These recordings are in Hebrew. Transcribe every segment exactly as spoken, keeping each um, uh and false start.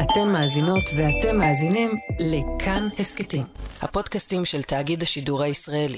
אתן מאזינות ואתם מאזינים לכאן הסקטים, הפודקאסטים של תאגיד השידור הישראלי.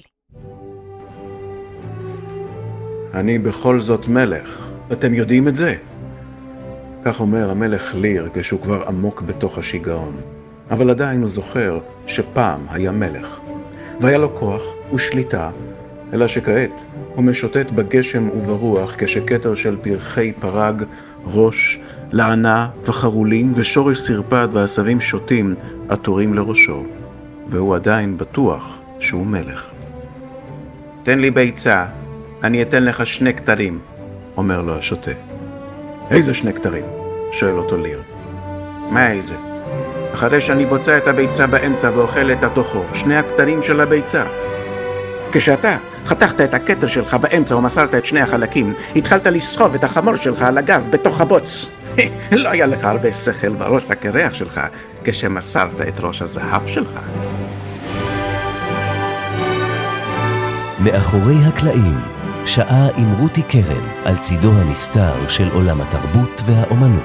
אני בכל זאת מלך, אתם יודעים את זה? כך אומר המלך ליר כשהוא כבר עמוק בתוך השיגעון. אבל עדיין הוא זוכר שפעם היה מלך, והיה לו כוח ושליטה, אלא שכעת הוא משוטט בגשם וברוח כשכתר של פרחי פרג, ראש, לענה וחרולים ושורש סרפד ועשבים שוטים עטורים לראשו, והוא עדיין בטוח שהוא מלך. תן לי ביצה, אני אתן לך שני כתרים, אומר לו השוטה. איזה שני כתרים? שואל אותו ליר. מה איזה? אחרי שאני בוצע את הביצה באמצע ואוכל את התוכו, שני הכתרים של הביצה. כשאתה חתכת את הכתר שלך באמצע ומסרת את שני החלקים, התחלת לסחוב את החמור שלך על הגב בתוך הבוץ. לא היה לך הרבה שכל בראש הקרח שלך כשמסרת את ראש הזהב שלך. מאחורי הקלעים, שעה עם רותי קרן על צידו הנסתר של עולם התרבות והאומנות.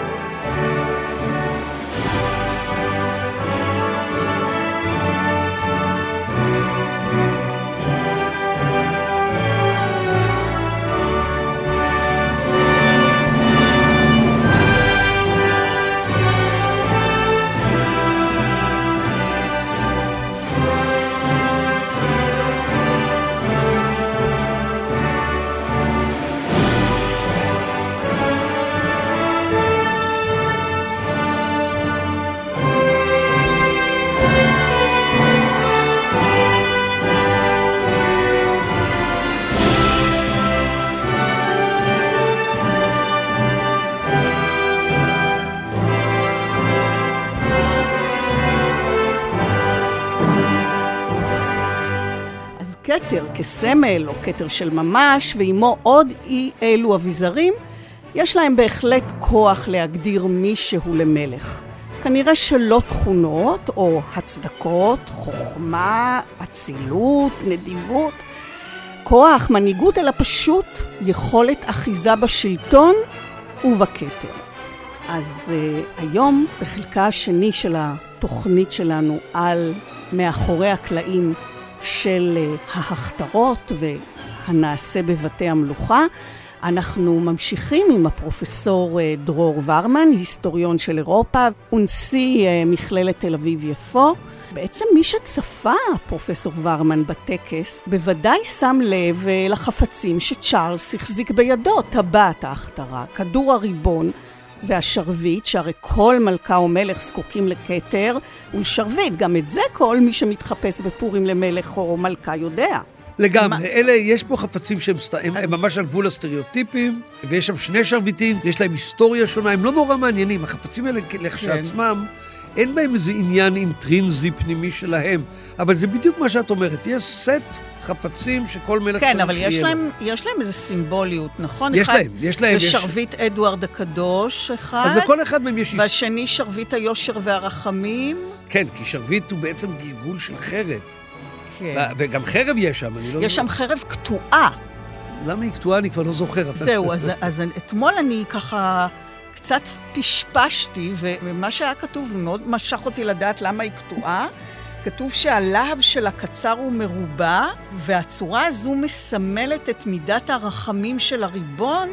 כתר כסמל או כתר של ממש, ועימו עוד אי אלו אביזרים, יש להם בהחלט כוח להגדיר מישהו למלך. כנראה שלא תכונות או הצדקות, חוכמה, אצילות, נדיבות, כוח, מנהיגות, אלא פשוט יכולת אחיזה בשלטון ובכתר. אז uh, היום בחלקה השני של התוכנית שלנו על מאחורי הקלעים של ההכתרות והנעשה בבתי המלוכה, אנחנו ממשיכים עם הפרופסור דרור ורמן, היסטוריון של אירופה ונשיא מכללת תל אביב יפו. בעצם מי שצפה פרופסור ורמן בטקס בוודאי שם לב לחפצים שצ'ארלס החזיק בידו, טבעת ההכתרה, כדור הריבון והשרביט, שהרי כל מלכה או מלך זקוקים לכתר ולשרביט. גם את זה כל מי שמתחפש בפורים למלך או מלכה יודע. לגמרי, מה... אלה, יש פה חפצים שהם הם, הם ממש על גבול הסטריאוטיפים, ויש שם שני שרביטים, יש להם היסטוריה שונה, הם לא נורא מעניינים. החפצים האלה לכשעצמם, אין בהם איזה עניין אינטרינזי פנימי שלהם, אבל זה בדיוק מה שאת אומרת, יש סט חפצים שכל מלך כן, אבל יש להם, יש להם איזה סימבוליות, נכון? יש אחד, להם, יש להם. ושרביט יש... אדוארד הקדוש אחד, אז לכל אחד מהם יש... והשני שרביט היושר והרחמים. כן, כי שרביט הוא בעצם גלגול של חרב. כן. ו- וגם חרב יש שם, אני לא... יש שם חרב קטועה. למה היא קטועה? אני כבר לא זוכר. זהו, אז, אז אתמול אני ככה קצת פשפשתי, ומה שהיה כתוב, ומאוד משך אותי לדעת למה היא קטועה, כתוב שהלהב של הקצר הוא מרובע, והצורה הזו מסמלת את מידת הרחמים של הריבון,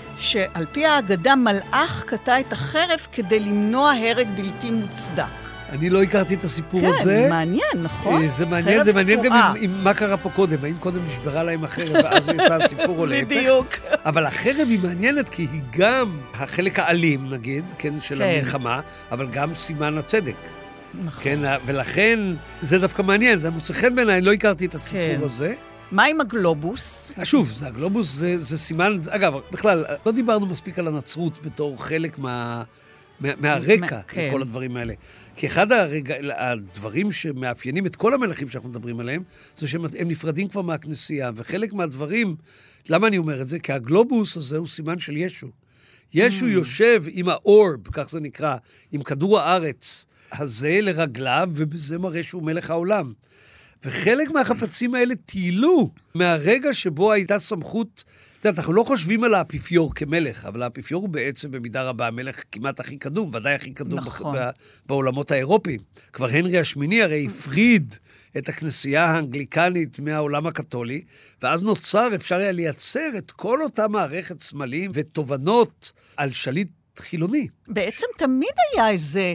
שעל פי האגדה מלאך קטע את החרב כדי למנוע הרג בלתי מוצדק. אני לא הכרתי את הסיפור כן, הזה. כן, מעניין, נכון? זה מעניין, זה מעניין גם עם, עם מה קרה פה קודם. האם קודם נשברה להם החרב, ואז יצא הסיפור עולה. בדיוק. אבל החרב היא מעניינת, כי היא גם החלק האלים, נגיד, כן, של כן. המלחמה, אבל גם סימן הצדק. נכון. כן, ולכן זה דווקא מעניין, זה מוצא חן בעיניי, אני לא הכרתי את הסיפור כן. הזה. מה עם הגלובוס? שוב, זה הגלובוס, זה, זה סימן, אגב, בכלל, לא דיברנו מספיק על הנצרות בתור חלק מה... מה, מהרקע כן. לכל הדברים האלה. כי אחד הרגע, הדברים שמאפיינים את כל המלכים שאנחנו מדברים עליהם, זה שהם נפרדים כבר מהכנסייה, וחלק מהדברים, למה אני אומר את זה? כי הגלובוס הזה הוא סימן של ישו. ישו mm. יושב עם האורב, כך זה נקרא, עם כדור הארץ הזה לרגליו, ובזה מראה שהוא מלך העולם. וחלק מהחפצים האלה טיילו מהרגע שבו הייתה סמכות. אנחנו לא חושבים על האפיפיור כמלך, אבל האפיפיור הוא בעצם במידה רבה המלך כמעט הכי קדום, ודאי הכי קדום נכון. בעולמות האירופיים. כבר הנרי השמיני הרי הפריד את הכנסייה האנגליקנית מהעולם הקתולי, ואז נוצר, אפשר היה לייצר את כל אותה מערכת סמלים ותובנות על שליט חילוני. בעצם תמיד היה איזה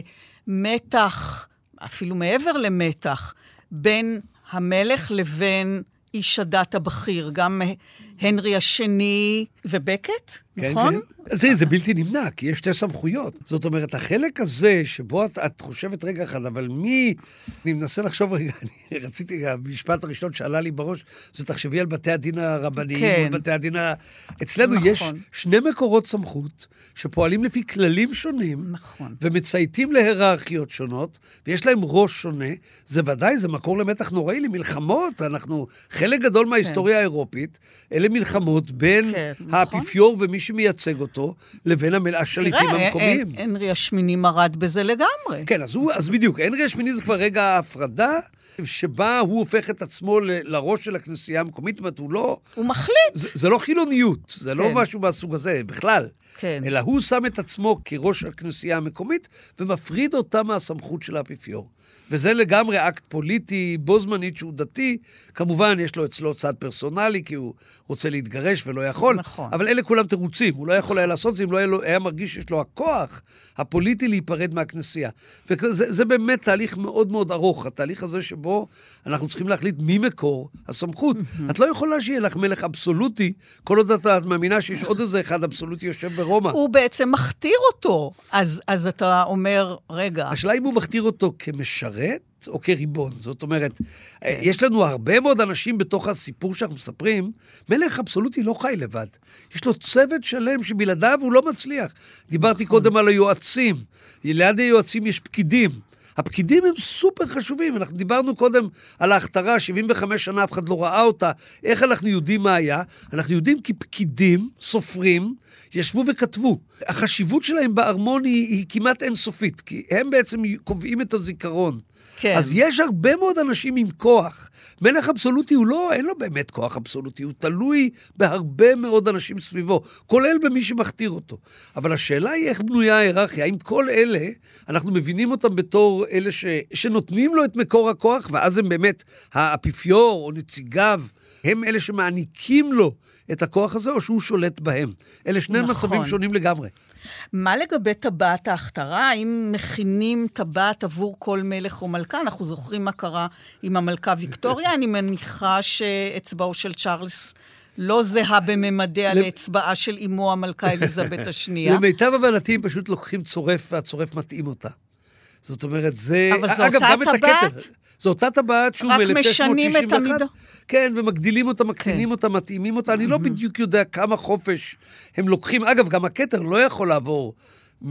מתח, אפילו מעבר למתח, בין המלך לבין איש הדת הבכיר, גם הנרי השני ובקט, כן, נכון? כן. זה, זה בלתי נמנע, כי יש שתי סמכויות. זאת אומרת, החלק הזה שבו את, את חושבת רגע אחד, אבל מי... אני מנסה לחשוב רגע, אני רציתי, המשפט הראשון שעלה לי בראש, זה תחשבי על בתי הדין הרבניים, כן. בתי הדין ה... אצלנו נכון. יש שני מקורות סמכות, שפועלים לפי כללים שונים, נכון. ומצייתים להיררכיות שונות, ויש להם ראש שונה, זה ודאי, זה מקור למתח נוראי, למלחמות, אנחנו, חלק גדול מההיסטוריה כן. האירופית, אלה מלחמות בין כן, האפיפיור נכון. ומי שמייצג אותו, לבין השליטים המקומיים. תראה, הנרי השמיני מרד בזה לגמרי. כן, אז, הוא, אז בדיוק, הנרי השמיני זה כבר רגע ההפרדה, שבה הוא הופך את עצמו ל, לראש של הכנסייה המקומית, זאת אומרת, הוא לא... הוא מחליט. זה, זה לא חילוניות, זה כן. לא משהו מהסוג הזה, בכלל. כן. אלא הוא שם את עצמו כראש הכנסייה המקומית, ומפריד אותה מהסמכות של האפיפיור. וזה לגמרי אקט פוליטי, בו זמנית שהוא דתי, כמובן יש לו אצלו צד פרסונלי, כי הוא רוצה להתגרש ולא יכול, נכון. אבל אלה כולם תירוצים, הוא לא יכול היה לעשות זה, אם לא היה, לו, היה מרגיש שיש לו הכוח הפוליטי להיפרד מהכנסייה. וזה זה באמת תהליך מאוד מאוד ארוך, התהליך הזה שבו אנחנו צריכים להחליט מי מקור הסמכות. את לא יכולה שיהיה לך מלך אבסולוטי, כל עוד את מאמינה שיש עוד איזה אחד אבסולוטי יושב ברומא. הוא בעצם מכתיר אותו, אז, אז אתה אומר, רגע. השאלה אם הוא מכתיר אותו כמשרת, או כריבון. זאת אומרת, כן. יש לנו הרבה מאוד אנשים בתוך הסיפור שאנחנו מספרים, מלך אבסולוטי לא חי לבד. יש לו צוות שלם שבלעדיו הוא לא מצליח. דיברתי נכון. קודם על היועצים. ליד היועצים יש פקידים. הפקידים הם סופר חשובים. אנחנו דיברנו קודם על ההכתרה, שבעים וחמש שנה אף אחד לא ראה אותה. איך אנחנו יודעים מה היה? אנחנו יודעים כי פקידים, סופרים, ישבו וכתבו. החשיבות שלהם בארמון היא, היא כמעט אינסופית, כי הם בעצם קובעים את הזיכרון. כן. אז יש הרבה מאוד אנשים עם כוח. מלך אבסולוטי הוא לא, אין לו באמת כוח אבסולוטי, הוא תלוי בהרבה מאוד אנשים סביבו, כולל במי שמכתיר אותו. אבל השאלה היא איך בנויה ההיררכיה, האם כל אלה, אנחנו מבינים אותם בתור אלה ש, שנותנים לו את מקור הכוח, ואז הם באמת האפיפיור או נציגיו, הם אלה שמעניקים לו את הכוח הזה, או שהוא שולט בהם. אלה שני נכון. מצבים שונים לגמרי. מה לגבי טבעת ההכתרה? האם מכינים טבעת עבור כל מלך או מלכה? אנחנו זוכרים מה קרה עם המלכה ויקטוריה. אני מניחה שאצבעו של צ'ארלס לא זהה בממדיה לאצבעה של אמו המלכה אליזבת השנייה. למיטב הבנתי, פשוט לוקחים צורף, והצורף מתאים אותה. זאת אומרת, זה... אבל זו אותה טבעת? זו אותה טבעת, שוב, רק משנים את המידע. כן, ומגדילים אותה, מקטינים אותה, מתאימים אותה. אני לא בדיוק יודע כמה חופש הם לוקחים. אגב, גם הכתר לא יכול לעבור מ...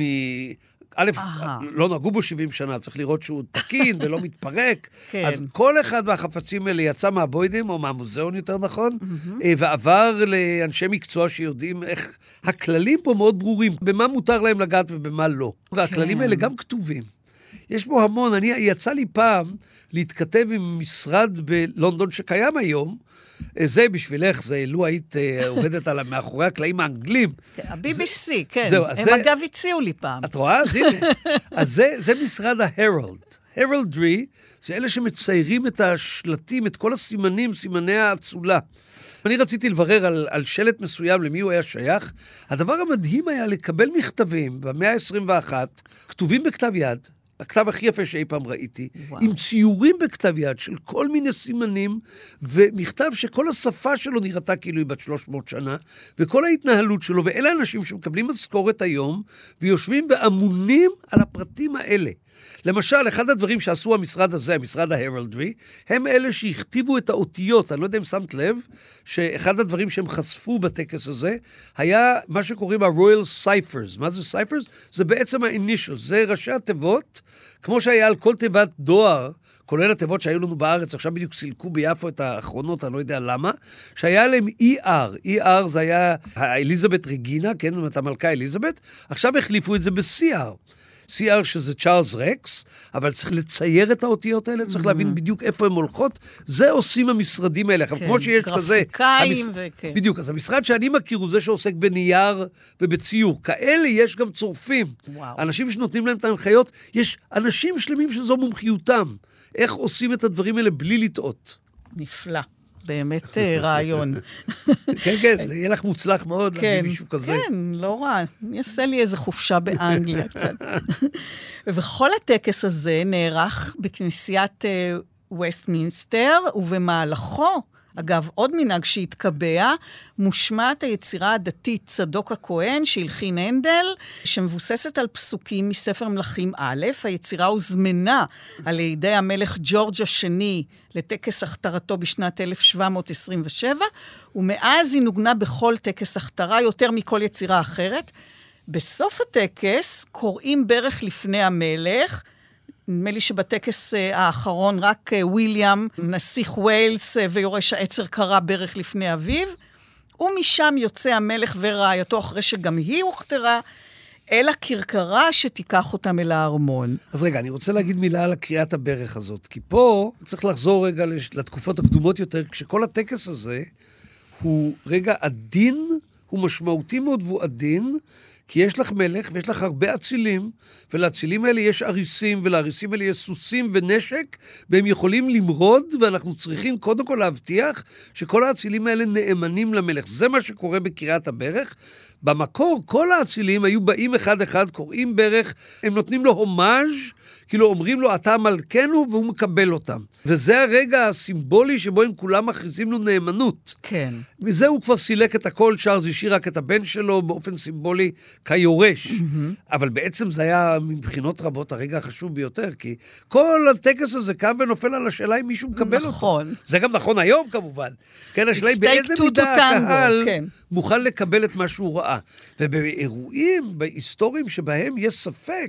א', לא נגעו בו שבעים שנה, צריך לראות שהוא תקין ולא מתפרק. אז כל אחד מהחפצים האלה יצא מהבוידם, או מהמוזיאון יותר נכון, ועבר לאנשי מקצוע שיודעים איך... הכללים פה מאוד ברורים, במה מותר להם לגעת ובמה לא. והכללים האלה גם כתובים. יש בו המון, אני יצא לי פעם להתכתב עם משרד בלונדון שקיים היום, זה בשבילך, זה לו היית עובדת על מאחורי הקלעים האנגלים. ה-בי בי סי, כן. הם אגב הציעו לי פעם. את רואה? אז הנה. אז זה משרד ההרלד. הרלדרי, זה אלה שמציירים את השלטים, את כל הסימנים, סימני האצולה. אני רציתי לברר על, על שלט מסוים למי הוא היה שייך. הדבר המדהים היה לקבל מכתבים במאה ה-עשרים ואחת, כתובים בכתב יד, הכתב הכי יפה שאי פעם ראיתי, וואו. עם ציורים בכתב יד של כל מיני סימנים, ומכתב שכל השפה שלו נראתה כאילו היא בת שלוש מאות שנה, וכל ההתנהלות שלו, ואלה אנשים שמקבלים משכורת היום, ויושבים ואמונים על הפרטים האלה. למשל, אחד הדברים שעשו המשרד הזה, המשרד ההרלדרי, הם אלה שהכתיבו את האותיות. אני לא יודע אם שמת לב, שאחד הדברים שהם חשפו בטקס הזה, היה מה שקוראים ה-Royal Ciphers. מה זה Ciphers? זה בעצם ה-Initials. זה ראשי התיבות, כמו שהיה על כל תיבת דואר, כולל התיבות שהיו לנו בארץ, עכשיו בדיוק סילקו ביפו את האחרונות, אני לא יודע למה, שהיה להם אי אר. אי אר זה היה האליזבת רגינה, כן, זאת אומרת, המלכה אליזבת, עכשיו החליפו את זה ב-סי אר. סי אר שזה צ'ארלס רקס, אבל צריך לצייר את האותיות האלה, צריך להבין בדיוק איפה הן הולכות, זה עושים המשרדים האלה. כן, כמו שיש כזה... גרפיקאים המש... וכן. בדיוק, אז המשרד שאני מכיר הוא זה שעוסק בנייר ובציור. כאלה יש גם צורפים. וואו. אנשים שנותנים להם את ההנחיות, יש אנשים שלמים שזו מומחיותם. איך עושים את הדברים האלה בלי לטעות. נפלא. באמת רעיון. כן, כן, זה יהיה לך מוצלח מאוד להביא מישהו כזה. כן, לא רע. אני אעשה לי איזו חופשה באנגליה קצת. ובכל הטקס הזה נערך בכנסיית וסטמינסטר, ובמהלכו, אגב, עוד מנהג שהתקבע, מושמעת היצירה הדתית צדוק הכהן, שהלחין הנדל, שמבוססת על פסוקים מספר מלכים א'. היצירה הוזמנה על ידי המלך ג'ורג' השני לטקס הכתרתו בשנת אלף שבע מאות עשרים ושבע, ומאז היא נוגנה בכל טקס הכתרה יותר מכל יצירה אחרת. בסוף הטקס קוראים ברך לפני המלך, נדמה לי שבטקס האחרון רק וויליאם, נסיך ווילס ויורש העצר קרא ברך לפני אביו, ומשם יוצא המלך ורעייתו אחרי שגם היא הוכתרה, אל הכרכרה שתיקח אותם אל הארמון. אז רגע, אני רוצה להגיד מילה על קריאת הברך הזאת, כי פה צריך לחזור רגע לתקופות הקדומות יותר, כשכל הטקס הזה הוא רגע עדין, הוא משמעותי מאוד והוא עדין, כי יש לך מלך ויש לך הרבה אצילים, ולאצילים האלה יש אריסים, ולאריסים האלה יש סוסים ונשק, והם יכולים למרוד, ואנחנו צריכים קודם כל להבטיח שכל האצילים האלה נאמנים למלך. זה מה שקורה בקריאת הברך. במקור, כל האצילים היו באים אחד-אחד, קוראים ברך, הם נותנים לו הומאז', כאילו אומרים לו, אתה מלכנו, והוא מקבל אותם. וזה הרגע הסימבולי שבו הם כולם מכריזים לו נאמנות. כן. מזה הוא כבר סילק את הכל, צ'ארלס השאיר רק את הבן שלו באופן סימבולי כיורש. Mm-hmm. אבל בעצם זה היה מבחינות רבות הרגע החשוב ביותר, כי כל הטקס הזה קם ונופל על השאלה אם מישהו מקבל אותו. נכון. זה גם נכון היום כמובן. כן, השאלה היא באיזה מידה הקהל כן. מוכן לקבל את מה שהוא ראה. ובאירועים, בהיסטוריים שבהם יש ספק,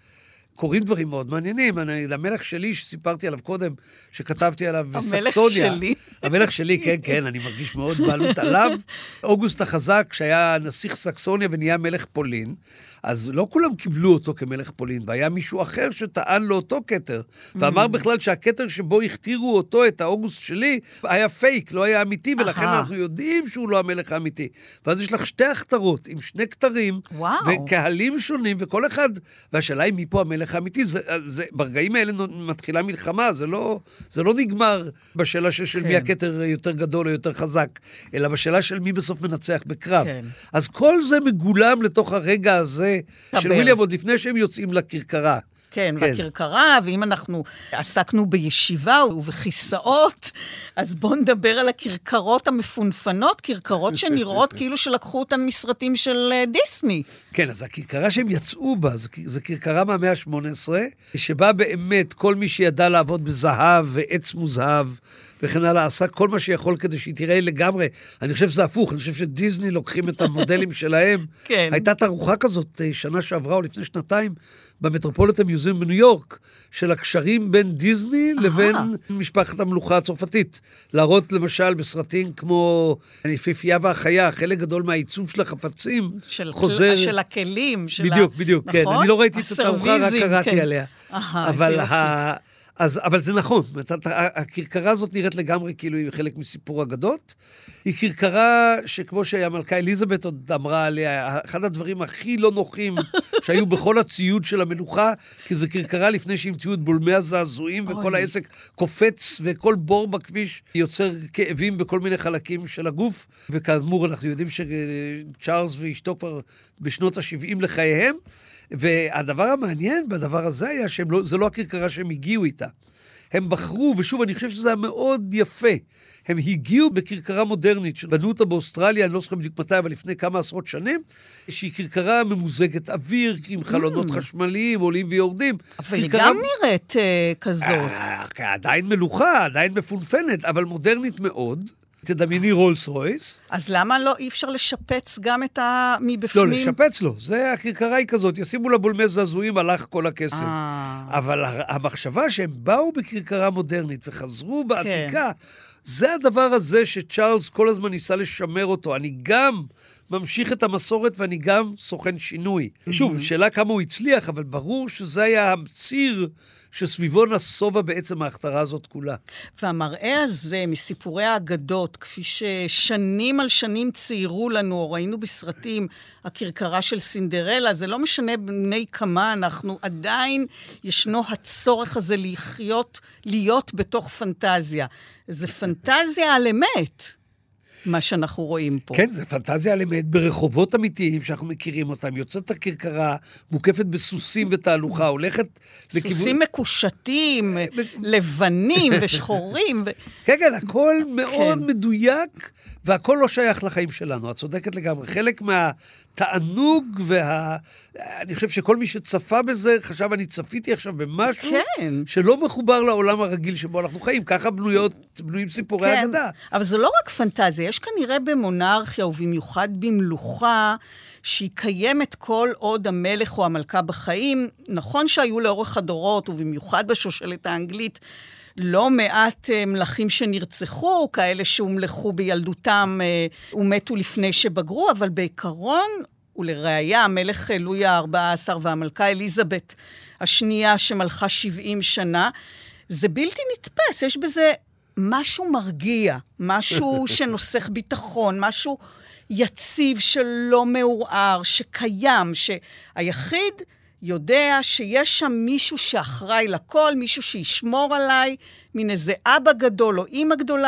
קוראים דברים מאוד מעניינים. אני, המלך שלי שסיפרתי עליו קודם, שכתבתי עליו בסקסוניה. המלך שלי. המלך שלי, כן, כן, אני מרגיש מאוד בעלות עליו. אוגוסט החזק, שהיה נסיך סקסוניה ונהיה מלך פולין, אז לא כולם קיבלו אותו כמלך פולין, והיה מישהו אחר שטען לו אותו כתר, ואמר בכלל שהכתר שבו הכתירו אותו, את האוגוסט שלי, היה פייק, לא היה אמיתי, ולכן אנחנו יודעים שהוא לא המלך האמיתי. ואז יש לך שתי הכתרות, עם שני כתרים, וקהלים שונים, וכל אחד, והשאלה היא מי פה המלך האמיתי, זה, זה, ברגעים האלה מתחילה מלחמה, זה לא, זה לא נגמר בשאלה של, של מי הכתר יותר גדול או יותר חזק, אלא בשאלה של מי בסוף מנצח בקרב. כן. אז כל זה מגולם לתוך הרגע הזה, של וויליאם עוד לפני שהם יוצאים לכרכרה. כן, כן, בכרכרה, ואם אנחנו עסקנו בישיבה ובכיסאות, אז בואו נדבר על הכרכרות המפונפנות, כרכרות שנראות כאילו שלקחו אותן מסרטים של דיסני. כן, אז הכרכרה שהם יצאו בה, זו כרכרה מהמאה ה-שמונה עשרה, שבה באמת כל מי שידע לעבוד בזהב ועץ מוזהב, וכן הלאה, עשה כל מה שיכול כדי שהיא תראה לגמרי. אני חושב שזה הפוך, אני חושב שדיסני לוקחים את המודלים שלהם. כן. הייתה תערוכה כזאת שנה שעברה או לפני שנתיים, במטרופוליטן מיוזיאום בניו יורק, של הקשרים בין דיסני לבין משפחת המלוכה הצרפתית. להראות למשל בסרטים כמו יפיפייה והחיה, חלק גדול מהעיצוב של החפצים של חוזר... של הכלים. של בדיוק, בדיוק, נכון? כן. אני לא ראיתי את התערוכה, רק קראתי כן. עליה. aha, אבל ה... אז, אבל זה נכון, הכרכרה הזאת נראית לגמרי כאילו היא חלק מסיפור אגדות. היא כרכרה שכמו שהמלכה אליזבת עוד אמרה עליה, אחד הדברים הכי לא נוחים שהיו בכל הציוד של המלוכה, כי זה כרכרה לפני שהמציאו את בולמי הזעזועים, וכל העסק קופץ, וכל בור בכביש יוצר כאבים בכל מיני חלקים של הגוף, וכאמור אנחנו יודעים שצ'ארלס ואשתו כבר בשנות ה-שבעים לחייהם, והדבר המעניין בדבר הזה היה שזה לא הכרכרה שהם הגיעו איתה. הם בחרו, ושוב, אני חושב שזה היה מאוד יפה. הם הגיעו בכרכרה מודרנית, שבנו אותה באוסטרליה, אני לא זוכר בדיוק מתי, אבל לפני כמה עשרות שנים, שהיא כרכרה ממוזגת אוויר, עם חלונות mm. חשמליים, עולים ויורדים. אבל היא גם נראית uh, כזאת. עדיין מלוכה, עדיין מפונפנת, אבל מודרנית מאוד. תדמייני רולס רויס. אז למה לא אי אפשר לשפץ גם את המבפנים? לא, לשפץ לא. זה הכרכרה היא כזאת. ישימו לה בולמי זעזועים, הלך כל הכסף. אבל המחשבה שהם באו בכרכרה מודרנית וחזרו בעתיקה, זה הדבר הזה שצ'ארלס כל הזמן ניסה לשמר אותו. אני גם ממשיך את המסורת ואני גם סוכן שינוי. שוב, שאלה כמה הוא הצליח, אבל ברור שזה היה הציר שסביבו נסובה בעצם ההכתרה הזאת כולה. והמראה הזה מסיפורי האגדות, כפי ששנים על שנים ציירו לנו, או ראינו בסרטים, הכרכרה של סינדרלה, זה לא משנה בני כמה, אנחנו עדיין ישנו הצורך הזה לחיות, להיות בתוך פנטזיה. זה פנטזיה על אמת. מה שאנחנו רואים פה. כן, זה פנטזיה על אמת ברחובות אמיתיים שאנחנו מכירים אותם. יוצאת הכרכרה, מוקפת בסוסים ותהלוכה, הולכת לכיוון... סוסים מקושטים, לבנים ושחורים. כן, כן, הכל מאוד מדויק, והכל לא שייך לחיים שלנו. את צודקת לגמרי. חלק מהתענוג וה... אני חושב שכל מי שצפה בזה, חשב, אני צפיתי עכשיו במשהו שלא מחובר לעולם הרגיל שבו אנחנו חיים. ככה בנויות, בנויים סיפורי אגדה. אבל זה לא רק פנטזיה, יש כנראה במונרכיה, ובמיוחד במלוכה, שהיא קיימת כל עוד המלך או המלכה בחיים. נכון שהיו לאורך הדורות, ובמיוחד בשושלת האנגלית, לא מעט מלכים שנרצחו, כאלה שהומלכו בילדותם ומתו לפני שבגרו, אבל בעיקרון, ולראיה, המלך לואי ה-ארבע עשרה והמלכה אליזבת השנייה שמלכה שבעים שנה, זה בלתי נתפס, יש בזה משהו מרגיע, משהו שנוסח ביטחון, משהו יציב שלא מעורער, שקיים, שהיחיד יודע שיש שם מישהו שאחראי לכל, מישהו שישמור עליי, מן איזה אבא גדול או אמא גדולה,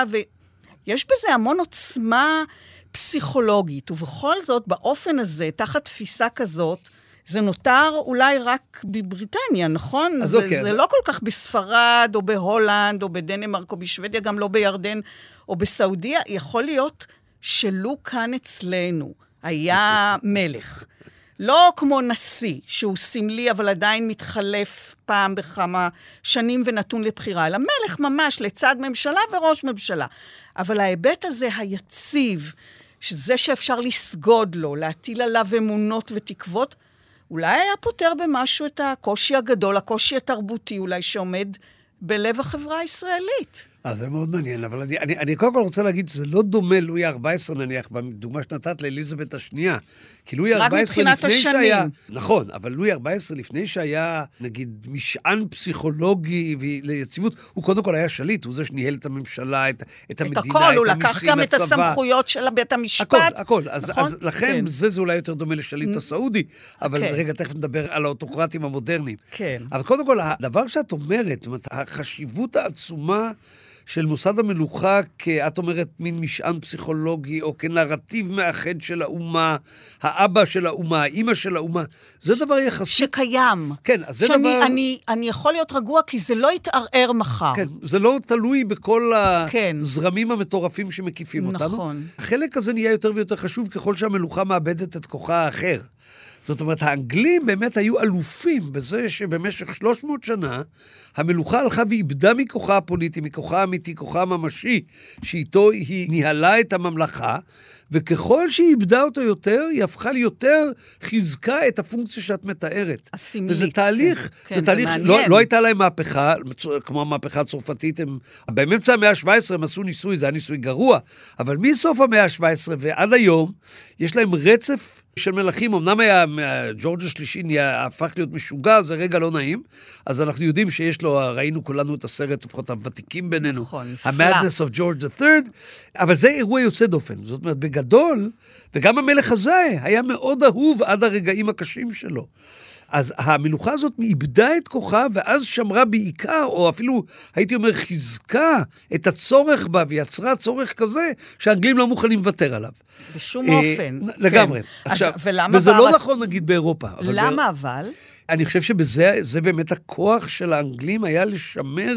ויש בזה המון עוצמה פסיכולוגית, ובכל זאת, באופן הזה, תחת תפיסה כזאת, זה נותר אולי רק בבריטניה, נכון? אז זה, אוקיי. זה לא כל כך בספרד, או בהולנד, או בדנמרק, או בשוודיה, גם לא בירדן, או בסעודיה. יכול להיות שלו כאן אצלנו היה מלך. לא כמו נשיא, שהוא סמלי, אבל עדיין מתחלף פעם בכמה שנים ונתון לבחירה, אלא מלך ממש לצד ממשלה וראש ממשלה. אבל ההיבט הזה היציב, שזה שאפשר לסגוד לו, להטיל עליו אמונות ותקוות, אולי היה פותר במשהו את הקושי הגדול, הקושי התרבותי אולי שעומד בלב החברה הישראלית. אז זה מאוד מעניין, אבל אני, אני, אני קודם כל רוצה להגיד שזה לא דומה לואי ה-ארבע עשרה נניח, בדוגמה שנתת לאליזבת השנייה. כי לואי ה-ארבע עשרה לפני שהיה... נכון, אבל לואי ה-ארבע עשרה לפני שהיה, נגיד, משען פסיכולוגי ליציבות, הוא קודם כל היה שליט, הוא זה שניהל את הממשלה, את, את המדינה, את המיסים, הכל, הוא לקח גם את הסמכויות של בית המשפט. הכל, הכל. אז, נכון? אז לכן כן. זה, זה אולי יותר דומה לשליט הסעודי, אבל כן. רגע, תכף נדבר על האוטוקרטים המודרניים. כן. אבל קודם כל, הדבר שאת אומרת, החשיבות העצומה של מוסד המלוכה, כאת אומרת, מין משען פסיכולוגי, או כנרטיב מאחד של האומה, האבא של האומה, האמא של האומה, זה דבר יחסית... שקיים. כן, אז זה שאני, דבר... אני, אני יכול להיות רגוע, כי זה לא יתערער מחר. כן, זה לא תלוי בכל כן. הזרמים המטורפים שמקיפים נכון. אותנו. נכון. החלק הזה נהיה יותר ויותר חשוב, ככל שהמלוכה מאבדת את כוחה האחר. זאת אומרת, האנגלים באמת היו אלופים בזה שבמשך שלוש מאות שנה, המלוכה הלכה ואיבדה מכוחה הפוליטי, מכוחה האמיתי, כוחה הממשי, שאיתו היא ניהלה את הממלכה, וככל שהיא איבדה אותו יותר, היא הפכה ליותר חיזקה את הפונקציה שאת מתארת. הסמלית. וזה תהליך, כן, זה כן, תהליך, זה לא, מעניין. לא הייתה להם מהפכה, כמו המהפכה הצרפתית, הם, באמצע המאה ה-שבע עשרה הם עשו ניסוי, זה היה ניסוי גרוע, אבל מסוף המאה ה-שבע עשרה ועד היום, יש להם רצף של מלכים, אמנם היה, ג'ורג' השלישי הפך להיות משוגע, זה רגע לא נעים, אז אנחנו יודעים שיש לו, ראינו כולנו את הסרט, לפחות הוותיקים בינינו, נכון, ה-Madness of George the third, אבל זה אירוע יוצא דופן, זאת אומרת, בגדול, וגם המלך הזה היה מאוד אהוב עד הרגעים הקשים שלו. אז המלוכה הזאת איבדה את כוחה, ואז שמרה בעיקר, או אפילו, הייתי אומר, חיזקה את הצורך בה, ויצרה צורך כזה, שהאנגלים לא מוכנים לוותר עליו. בשום אופן. לגמרי. עכשיו, וזה לא נכון, נגיד, באירופה. למה אבל? אני חושב שבזה זה באמת הכוח של האנגלים היה לשמר,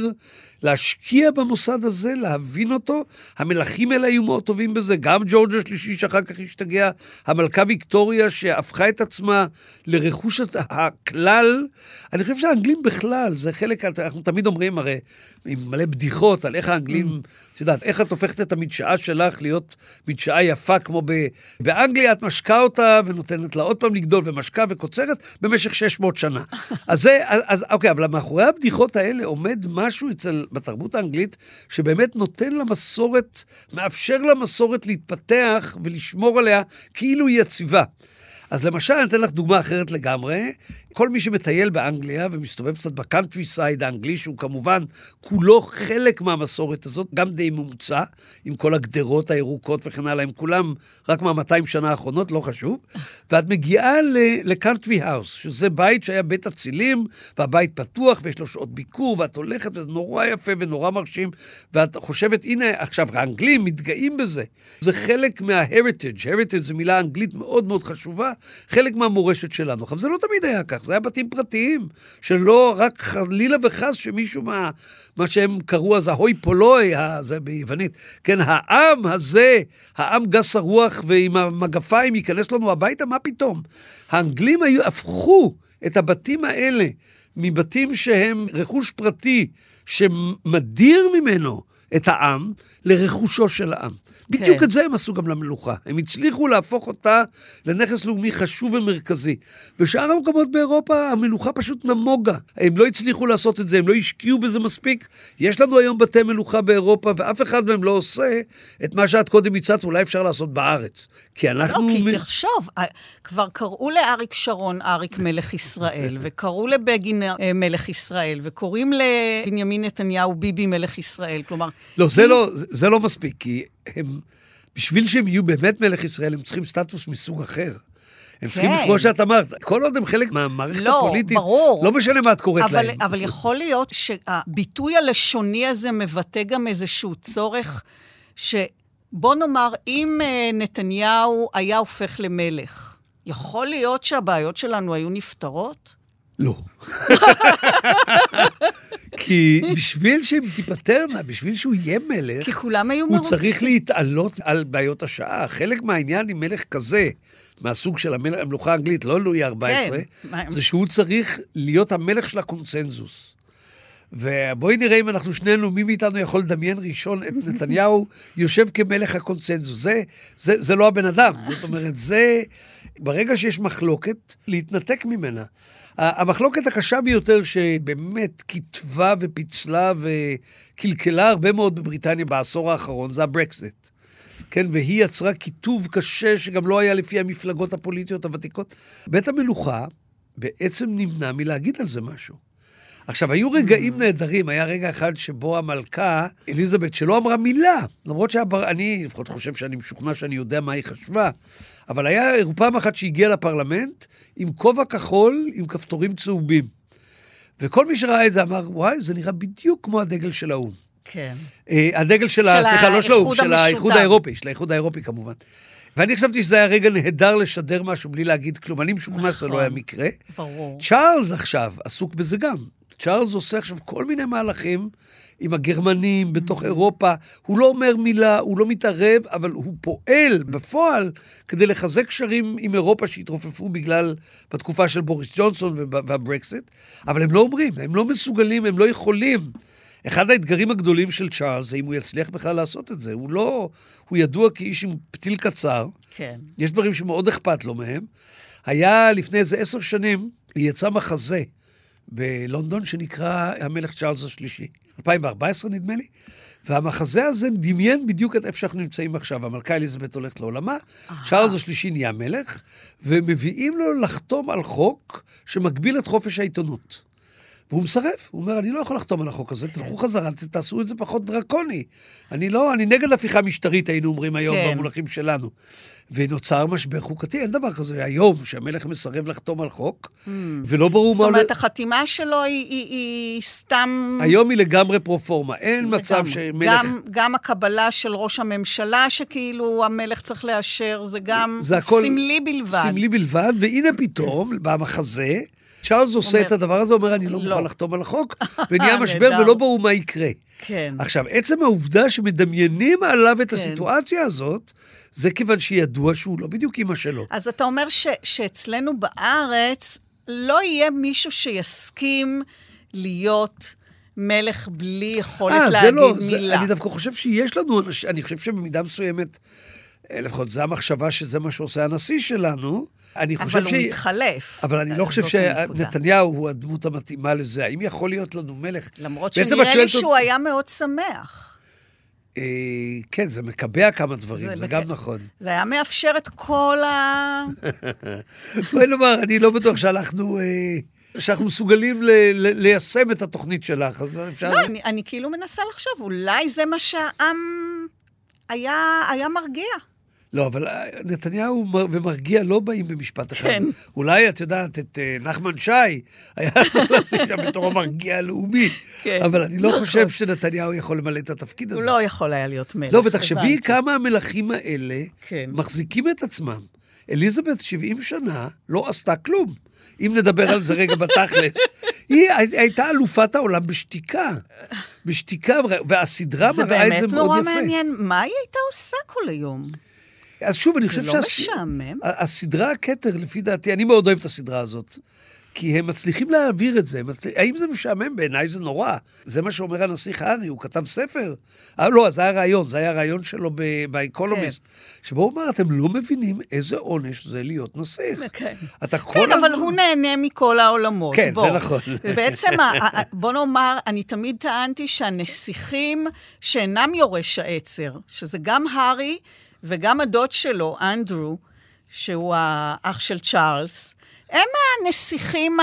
להשקיע במוסד הזה, להבין אותו. המלכים האלה היו מאוד טובים בזה, גם ג'ורג' השלישי שאחר כך השתגע, המלכה ויקטוריה שהפכה את עצמה לרכוש הכלל. אני חושב שהאנגלים בכלל, זה חלק, אנחנו תמיד אומרים הרי, עם מלא בדיחות על איך האנגלים, את יודעת, איך את הופכת את המדשאה שלך להיות מדשאה יפה, כמו ב... באנגליה את משקה אותה ונותנת לה עוד פעם לגדול, ומשקה וקוצרת במשך שש מאות עוד שנה. אז זה, אז, אוקיי, אבל מאחורי הבדיחות האלה עומד משהו אצל, בתרבות האנגלית, שבאמת נותן למסורת, מאפשר למסורת להתפתח ולשמור עליה כאילו היא יציבה. אז למשל, אני אתן לך דוגמה אחרת לגמרי. כל מי שמטייל באנגליה ומסתובב קצת בקאנטרי סייד האנגלי, שהוא כמובן כולו חלק מהמסורת הזאת, גם די מומצא, עם כל הגדרות הירוקות וכן הלאה, הם כולם רק מה-מאתיים שנה האחרונות, לא חשוב. ואת מגיעה לקאנטרי האוס, שזה בית שהיה בית הצילים, והבית פתוח, ויש לו שעות ביקור, ואת הולכת, וזה נורא יפה ונורא מרשים, ואת חושבת, הנה, עכשיו, האנגלים מתגאים בזה. זה חלק מה-heritage. heritage זו מילה אנגלית מאוד מאוד חשובה, חלק מהמורשת שלנו. עכשיו, זה לא תמיד היה כך, זה היה בתים פרטיים, שלא רק חלילה וחס שמישהו מה, מה שהם קראו אז ההוי פולוי, זה ביוונית, כן, העם הזה, העם גס הרוח ועם המגפיים ייכנס לנו הביתה, מה פתאום? האנגלים היו, הפכו את הבתים האלה מבתים שהם רכוש פרטי, שמדיר ממנו את העם לרכושו של העם. בדיוק את זה הם עשו גם למלוכה. הם הצליחו להפוך אותה לנכס לאומי חשוב ומרכזי. בשאר המקומות באירופה, המלוכה פשוט נמוגה. הם לא הצליחו לעשות את זה, הם לא השקיעו בזה מספיק. יש לנו היום בתי מלוכה באירופה, ואף אחד מהם לא עושה את מה שאת קודם הצעת, אולי אפשר לעשות בארץ. כי אנחנו... לא, כי תחשוב, כבר קראו לאריק שרון אריק מלך ישראל, וקראו לבגין מלך ישראל, וקוראים לבנימין נתניהו ביבי מלך ישראל. כלומר... לא, זה לא, זה לא מספיק, כי הם, בשביל שהם יהיו באמת מלך ישראל, הם צריכים סטטוס מסוג אחר. הם צריכים, כמו שאת אמרת, כל עוד הם חלק מהמערכת הפוליטית, ברור. לא משנה מה את קוראת אבל, להם. אבל יכול להיות שהביטוי הלשוני הזה מבטא גם איזשהו צורך, שבוא נאמר, אם נתניהו היה הופך למלך, יכול להיות שהבעיות שלנו היו נפתרות? לא. כי בשביל שהם תיפטרנה, בשביל שהוא יהיה מלך, כי כולם היו הוא מרוצים. צריך להתעלות על בעיות השעה. חלק מהעניין עם מלך כזה, מהסוג של המלך, המלוכה האנגלית, לא לואי ארבע עשרה, כן. זה שהוא צריך להיות המלך של הקונצנזוס. ובואי נראה אם אנחנו שנינו, מי מאיתנו יכול לדמיין ראשון את נתניהו יושב כמלך הקונצנזוס. זה, זה, זה לא הבן אדם. זאת אומרת, זה, ברגע שיש מחלוקת, להתנתק ממנה. המחלוקת הקשה ביותר שבאמת כתבה ופיצלה וקלקלה הרבה מאוד בבריטניה בעשור האחרון, זה הברקזיט. כן, והיא יצרה כיתוב קשה שגם לא היה לפי המפלגות הפוליטיות הוותיקות. בית המלוכה בעצם נמנע מלהגיד על זה משהו. עכשיו, היו רגעים נהדרים, היה רגע אחד שבו המלכה, אליזבת, שלא אמרה מילה, למרות שאני לפחות חושב שאני משוכנע שאני יודע מה היא חשבה, אבל היה פעם אחת שהגיעה לפרלמנט עם כובע כחול עם כפתורים צהובים. וכל מי שראה את זה אמר, וואי, זה נראה בדיוק כמו הדגל של האו"ם. כן. הדגל של, סליחה, לא של האו"ם, של האיחוד האירופי, של האיחוד האירופי כמובן. ואני חשבתי שזה היה רגע נהדר לשדר משהו בלי להגיד כלום, אני משוכנע שזה לא היה מקרה. ברור. צ'ארלס עכשיו עסוק בזה גם. צ'ארלס עושה עכשיו כל מיני מהלכים עם הגרמנים בתוך אירופה, הוא לא אומר מילה, הוא לא מתערב, אבל הוא פועל בפועל כדי לחזק קשרים עם אירופה שהתרופפו בגלל, בתקופה של בוריס ג'ונסון והברקסיט, אבל הם לא אומרים, הם לא מסוגלים, הם לא יכולים. אחד האתגרים הגדולים של צ'ארלס זה אם הוא יצליח בכלל לעשות את זה. הוא לא, הוא ידוע כאיש עם פתיל קצר, כן. יש דברים שמאוד אכפת לו מהם. היה לפני איזה עשר שנים, יצא מחזה, בלונדון שנקרא המלך צ'ארלס השלישי. אלפיים וארבע עשרה נדמה לי. והמחזה הזה דמיין בדיוק את איפה שאנחנו נמצאים עכשיו. המלכה אליזבת הולכת לעולמה, צ'ארלס השלישי נהיה מלך, ומביאים לו לחתום על חוק שמגביל את חופש העיתונות. והוא מסרב, הוא אומר, אני לא יכול לחתום על החוק הזה, תלכו חזרה, תעשו את זה פחות דרקוני. אני לא, אני נגד הפיכה משטרית, היינו אומרים היום כן. במונחים שלנו. ונוצר משבר חוקתי, אין דבר כזה היום שהמלך מסרב לחתום על חוק, mm. ולא ברור מה... זאת אומרת, החתימה שלו היא, היא, היא סתם... היום היא לגמרי פרופורמה, אין לגמרי. מצב שמלך... גם, גם הקבלה של ראש הממשלה, שכאילו המלך צריך לאשר, זה גם זה הכל... סמלי בלבד. סמלי בלבד, והנה פתאום, במחזה, צ'ארלס עושה את הדבר הזה, אומר, אני לא מוכן לחתום על החוק, ונהיה משבר ולא ברור מה יקרה. כן. עכשיו, עצם העובדה שמדמיינים עליו את הסיטואציה הזאת, זה כיוון שידוע שהוא לא בדיוק אמא שלו. אז אתה אומר ש- שאצלנו בארץ לא יהיה מישהו שיסכים להיות מלך בלי יכולת 아, להגיד לא, מילה. זה, אני דווקא חושב שיש לנו, אני חושב שבמידה מסוימת, לפחות זו המחשבה שזה מה שעושה הנשיא שלנו. אני חושב אבל הוא מתחלף. אבל אני לא חושב שנתניהו הוא הדמות המתאימה לזה. האם יכול להיות לנו מלך? למרות שנראה לי שהוא היה מאוד שמח. כן, זה מקבע כמה דברים, זה גם נכון. זה היה מאפשר את כל ה... בואי נאמר, אני לא בטוח שאנחנו... שאנחנו מסוגלים ליישם את התוכנית שלך. לא, אני כאילו מנסה לחשוב, אולי זה מה שהעם היה מרגיע. לא, אבל נתניהו ומרגיע לא באים במשפט אחד. כן. אולי, את יודעת, את נחמן שי, היה צריך לשים שם בתור המרגיע הלאומי. כן. אבל אני לא חושב שנתניהו יכול למלא את התפקיד הזה. הוא לא יכול היה להיות מלך. לא, ותחשבי כמה המלכים האלה כן. מחזיקים את עצמם. אליזבת שבעים שנה לא עשתה כלום. אם נדבר על זה רגע בתכלס. היא הייתה אלופת העולם בשתיקה. בשתיקה, והסדרה מראה את זה מאוד יפה. זה באמת נורא מעניין. מה היא הייתה עושה כל היום? אז שוב, אני חושב זה לא משעמם. הסדרה הכתר, לפי דעתי, אני מאוד אוהב את הסדרה הזאת. כי הם מצליחים להעביר את זה. האם זה משעמם? בעיניי זה נורא. זה מה שאומר הנסיך הארי, הוא כתב ספר. אה, לא, זה היה רעיון, זה היה רעיון שלו באקונומיסט. שבו הוא אמר, אתם לא מבינים איזה עונש זה להיות נסיך. כן, כן, אבל הוא נהנה מכל העולמות. כן, זה נכון. בעצם, בוא נאמר, אני תמיד טענתי שהנסיכים שאינם יורש העצר, שזה גם הארי וגם הדוד שלו, אנדרו, שהוא האח של צ'ארלס, הם הנסיכים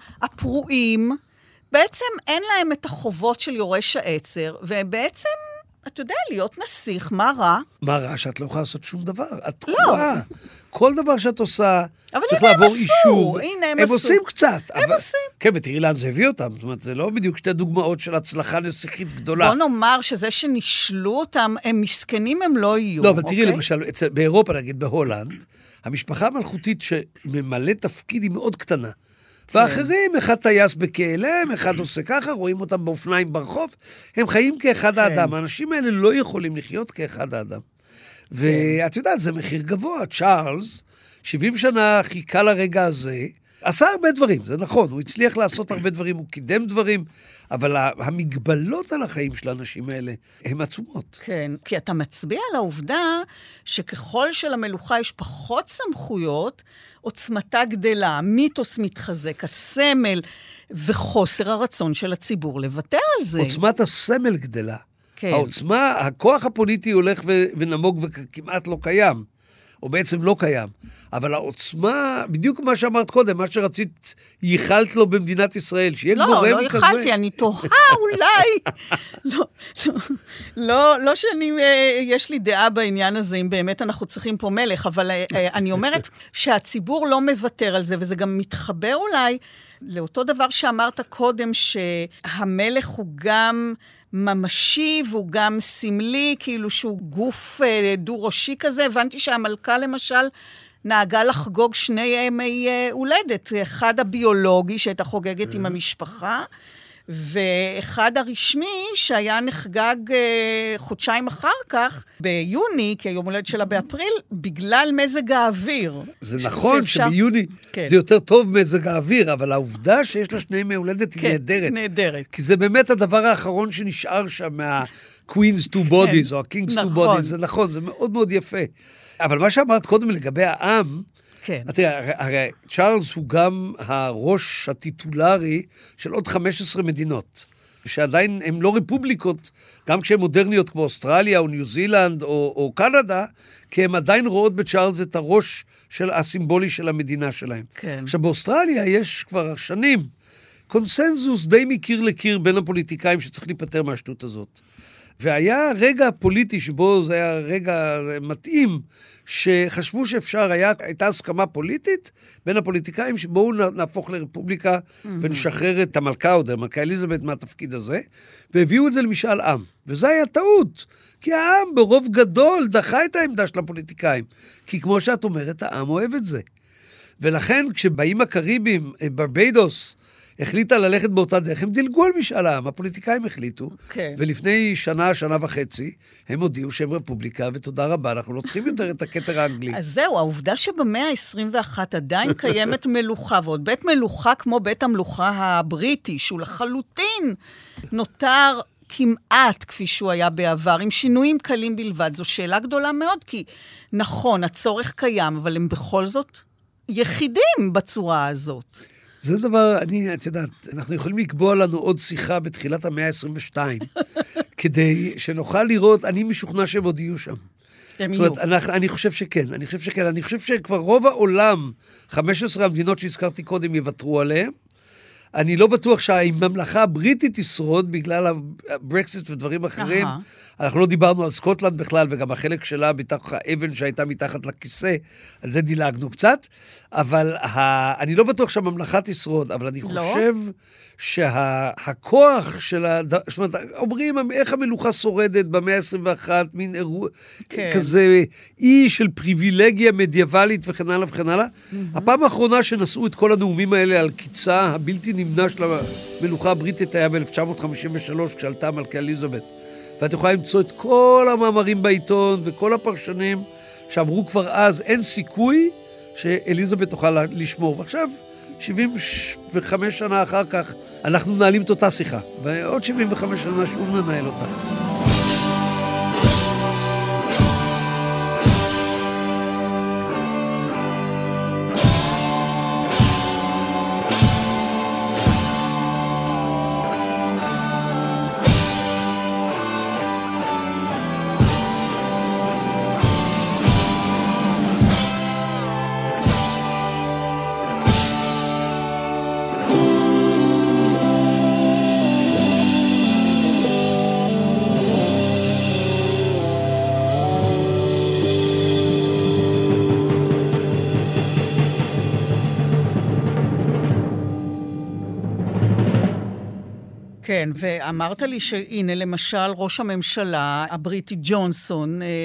הפרועים, בעצם אין להם את החובות של יורש העצר, ובעצם, אתה יודע, להיות נסיך, מה רע? מה רע? שאת לא יכולה לעשות שום דבר. את לא. תקועה. כל דבר שאת עושה, צריך הנה לעבור הם אישור. הנה הם, הם עשו. עושים קצת. הם אבל... עושים. כן, ותראי לאן זה הביא אותם. זאת אומרת, זה לא בדיוק שתי דוגמאות של הצלחה נסיכית גדולה. בוא נאמר שזה שנשלו אותם, הם מסכנים הם לא יהיו. לא, אבל תראי, אוקיי? למשל, באירופה, נגיד בהולנד, המשפחה המלכותית שממלא תפקיד היא מאוד קטנה. כן. ואחרים, אחד טייס בכלם, אחד עושה ככה, רואים אותם באופניים ברחוב, הם חיים כאחד כן. האדם. האנשים האלה לא יכולים לחיות כאחד האדם. כן. ואת יודעת, זה מחיר גבוה. צ'ארלס, שבעים שנה חיכה לרגע הזה, עשה הרבה דברים, זה נכון, הוא הצליח לעשות הרבה דברים, הוא קידם דברים, אבל המגבלות על החיים של האנשים האלה הן עצומות. כן, כי אתה מצביע על העובדה שככל שלמלוכה יש פחות סמכויות, עוצמתה גדלה, המיתוס מתחזק, הסמל וחוסר הרצון של הציבור לוותר על זה. עוצמת הסמל גדלה. כן. העוצמה, הכוח הפוליטי הולך ונמוג וכמעט לא קיים. או בעצם לא קיים. אבל העוצמה, בדיוק מה שאמרת קודם, מה שרצית, ייחלת לו במדינת ישראל, שיהיה לא, גורם כזה. לא, לא ייחלתי, אני תוהה אולי. לא, לא, לא, לא שאני, יש לי דעה בעניין הזה, אם באמת אנחנו צריכים פה מלך, אבל אני אומרת שהציבור לא מוותר על זה, וזה גם מתחבר אולי לאותו דבר שאמרת קודם, שהמלך הוא גם ממשי, והוא גם סמלי, כאילו שהוא גוף דו-ראשי כזה. הבנתי שהמלכה למשל נהגה לחגוג שני ימי הולדת. אחד הביולוגי שהייתה חוגגת עם המשפחה, ואחד הרשמי שהיה נחגג חודשיים אחר כך, ביוני, כי היום הולדת שלה באפריל, בגלל מזג האוויר. זה נכון שביוני זה יותר טוב מזג האוויר, אבל העובדה שיש לה שני ימי הולדת היא נהדרת. נהדרת. כי זה באמת הדבר האחרון שנשאר שם מה-Queen's two bodies, או ה-King's two bodies, זה נכון, זה מאוד מאוד יפה. אבל מה שאמרת קודם לגבי העם, כן. תראה, הרי צ'ארלס הוא גם הראש הטיטולרי של עוד חמש עשרה מדינות, שעדיין הן לא רפובליקות, גם כשהן מודרניות כמו אוסטרליה או ניו זילנד או, או קנדה, כי הן עדיין רואות בצ'ארלס את הראש של, הסימבולי של המדינה שלהם. כן. עכשיו, באוסטרליה יש כבר שנים קונסנזוס די מקיר לקיר בין הפוליטיקאים שצריך להיפטר מהשטות הזאת. והיה רגע פוליטי שבו זה היה רגע מתאים, שחשבו שאפשר, היה, הייתה הסכמה פוליטית בין הפוליטיקאים, שבואו נהפוך לרפובליקה mm-hmm. ונשחרר את המלכה עוד, המלכה אליזבת מהתפקיד הזה, והביאו את זה למשאל עם. וזה היה טעות, כי העם ברוב גדול דחה את העמדה של הפוליטיקאים, כי כמו שאת אומרת, העם אוהב את זה. ולכן כשבאים הקריבים, ברביידוס, החליטה ללכת באותה דרך, הם דילגו על משאל העם, הפוליטיקאים החליטו, okay. ולפני שנה, שנה וחצי, הם הודיעו שהם רפובליקה, ותודה רבה, אנחנו לא צריכים יותר את הכתר האנגלי. אז זהו, העובדה שבמאה ה-עשרים ואחת עדיין קיימת מלוכה, ועוד בית מלוכה כמו בית המלוכה הבריטי, שהוא לחלוטין נותר כמעט כפי שהוא היה בעבר, עם שינויים קלים בלבד. זו שאלה גדולה מאוד, כי נכון, הצורך קיים, אבל הם בכל זאת יחידים בצורה הזאת. זה דבר, אני, את יודעת, אנחנו יכולים לקבוע לנו עוד שיחה בתחילת המאה ה-עשרים ושתיים, כדי שנוכל לראות, אני משוכנע שהם עוד יהיו שם. הם זאת אומרת, אני, אני חושב שכן, אני חושב שכן, אני חושב שכבר רוב העולם, חמש עשרה המדינות שהזכרתי קודם, יוותרו עליהם. אני לא בטוח שהממלכה הבריטית תשרוד בגלל הברקסיט ודברים אחרים. Uh-huh. אנחנו לא דיברנו על סקוטלנד בכלל, וגם החלק שלה בתוך האבן שהייתה מתחת לכיסא, על זה דילגנו קצת, אבל ה... אני לא בטוח שהממלכה תשרוד, אבל אני לא? חושב שהכוח של ה... זאת אומרת, אומרים איך המלוכה שורדת במאה ה-עשרים ואחת, מין אירוע, כן. כזה אי של פריבילגיה מדיאבלית וכן הלאה וכן הלאה. Mm-hmm. הפעם האחרונה שנשאו את כל הנאומים האלה על קיצה הבלתי נמנע של המלוכה הבריטית היה ב-אלף תשע מאות חמישים ושלוש, כשעלתה מלכה אליזבת. ואת יכולה למצוא את כל המאמרים בעיתון וכל הפרשנים שאמרו כבר אז, אין סיכוי שאליזבת תוכל לשמור. ועכשיו, שבעים וחמש שנה אחר כך, אנחנו נעלים את אותה שיחה. ועוד שבעים וחמש שנה שוב ננהל אותה. כן, ואמרת לי שהנה, למשל, ראש הממשלה הבריטי ג'ונסון, אה,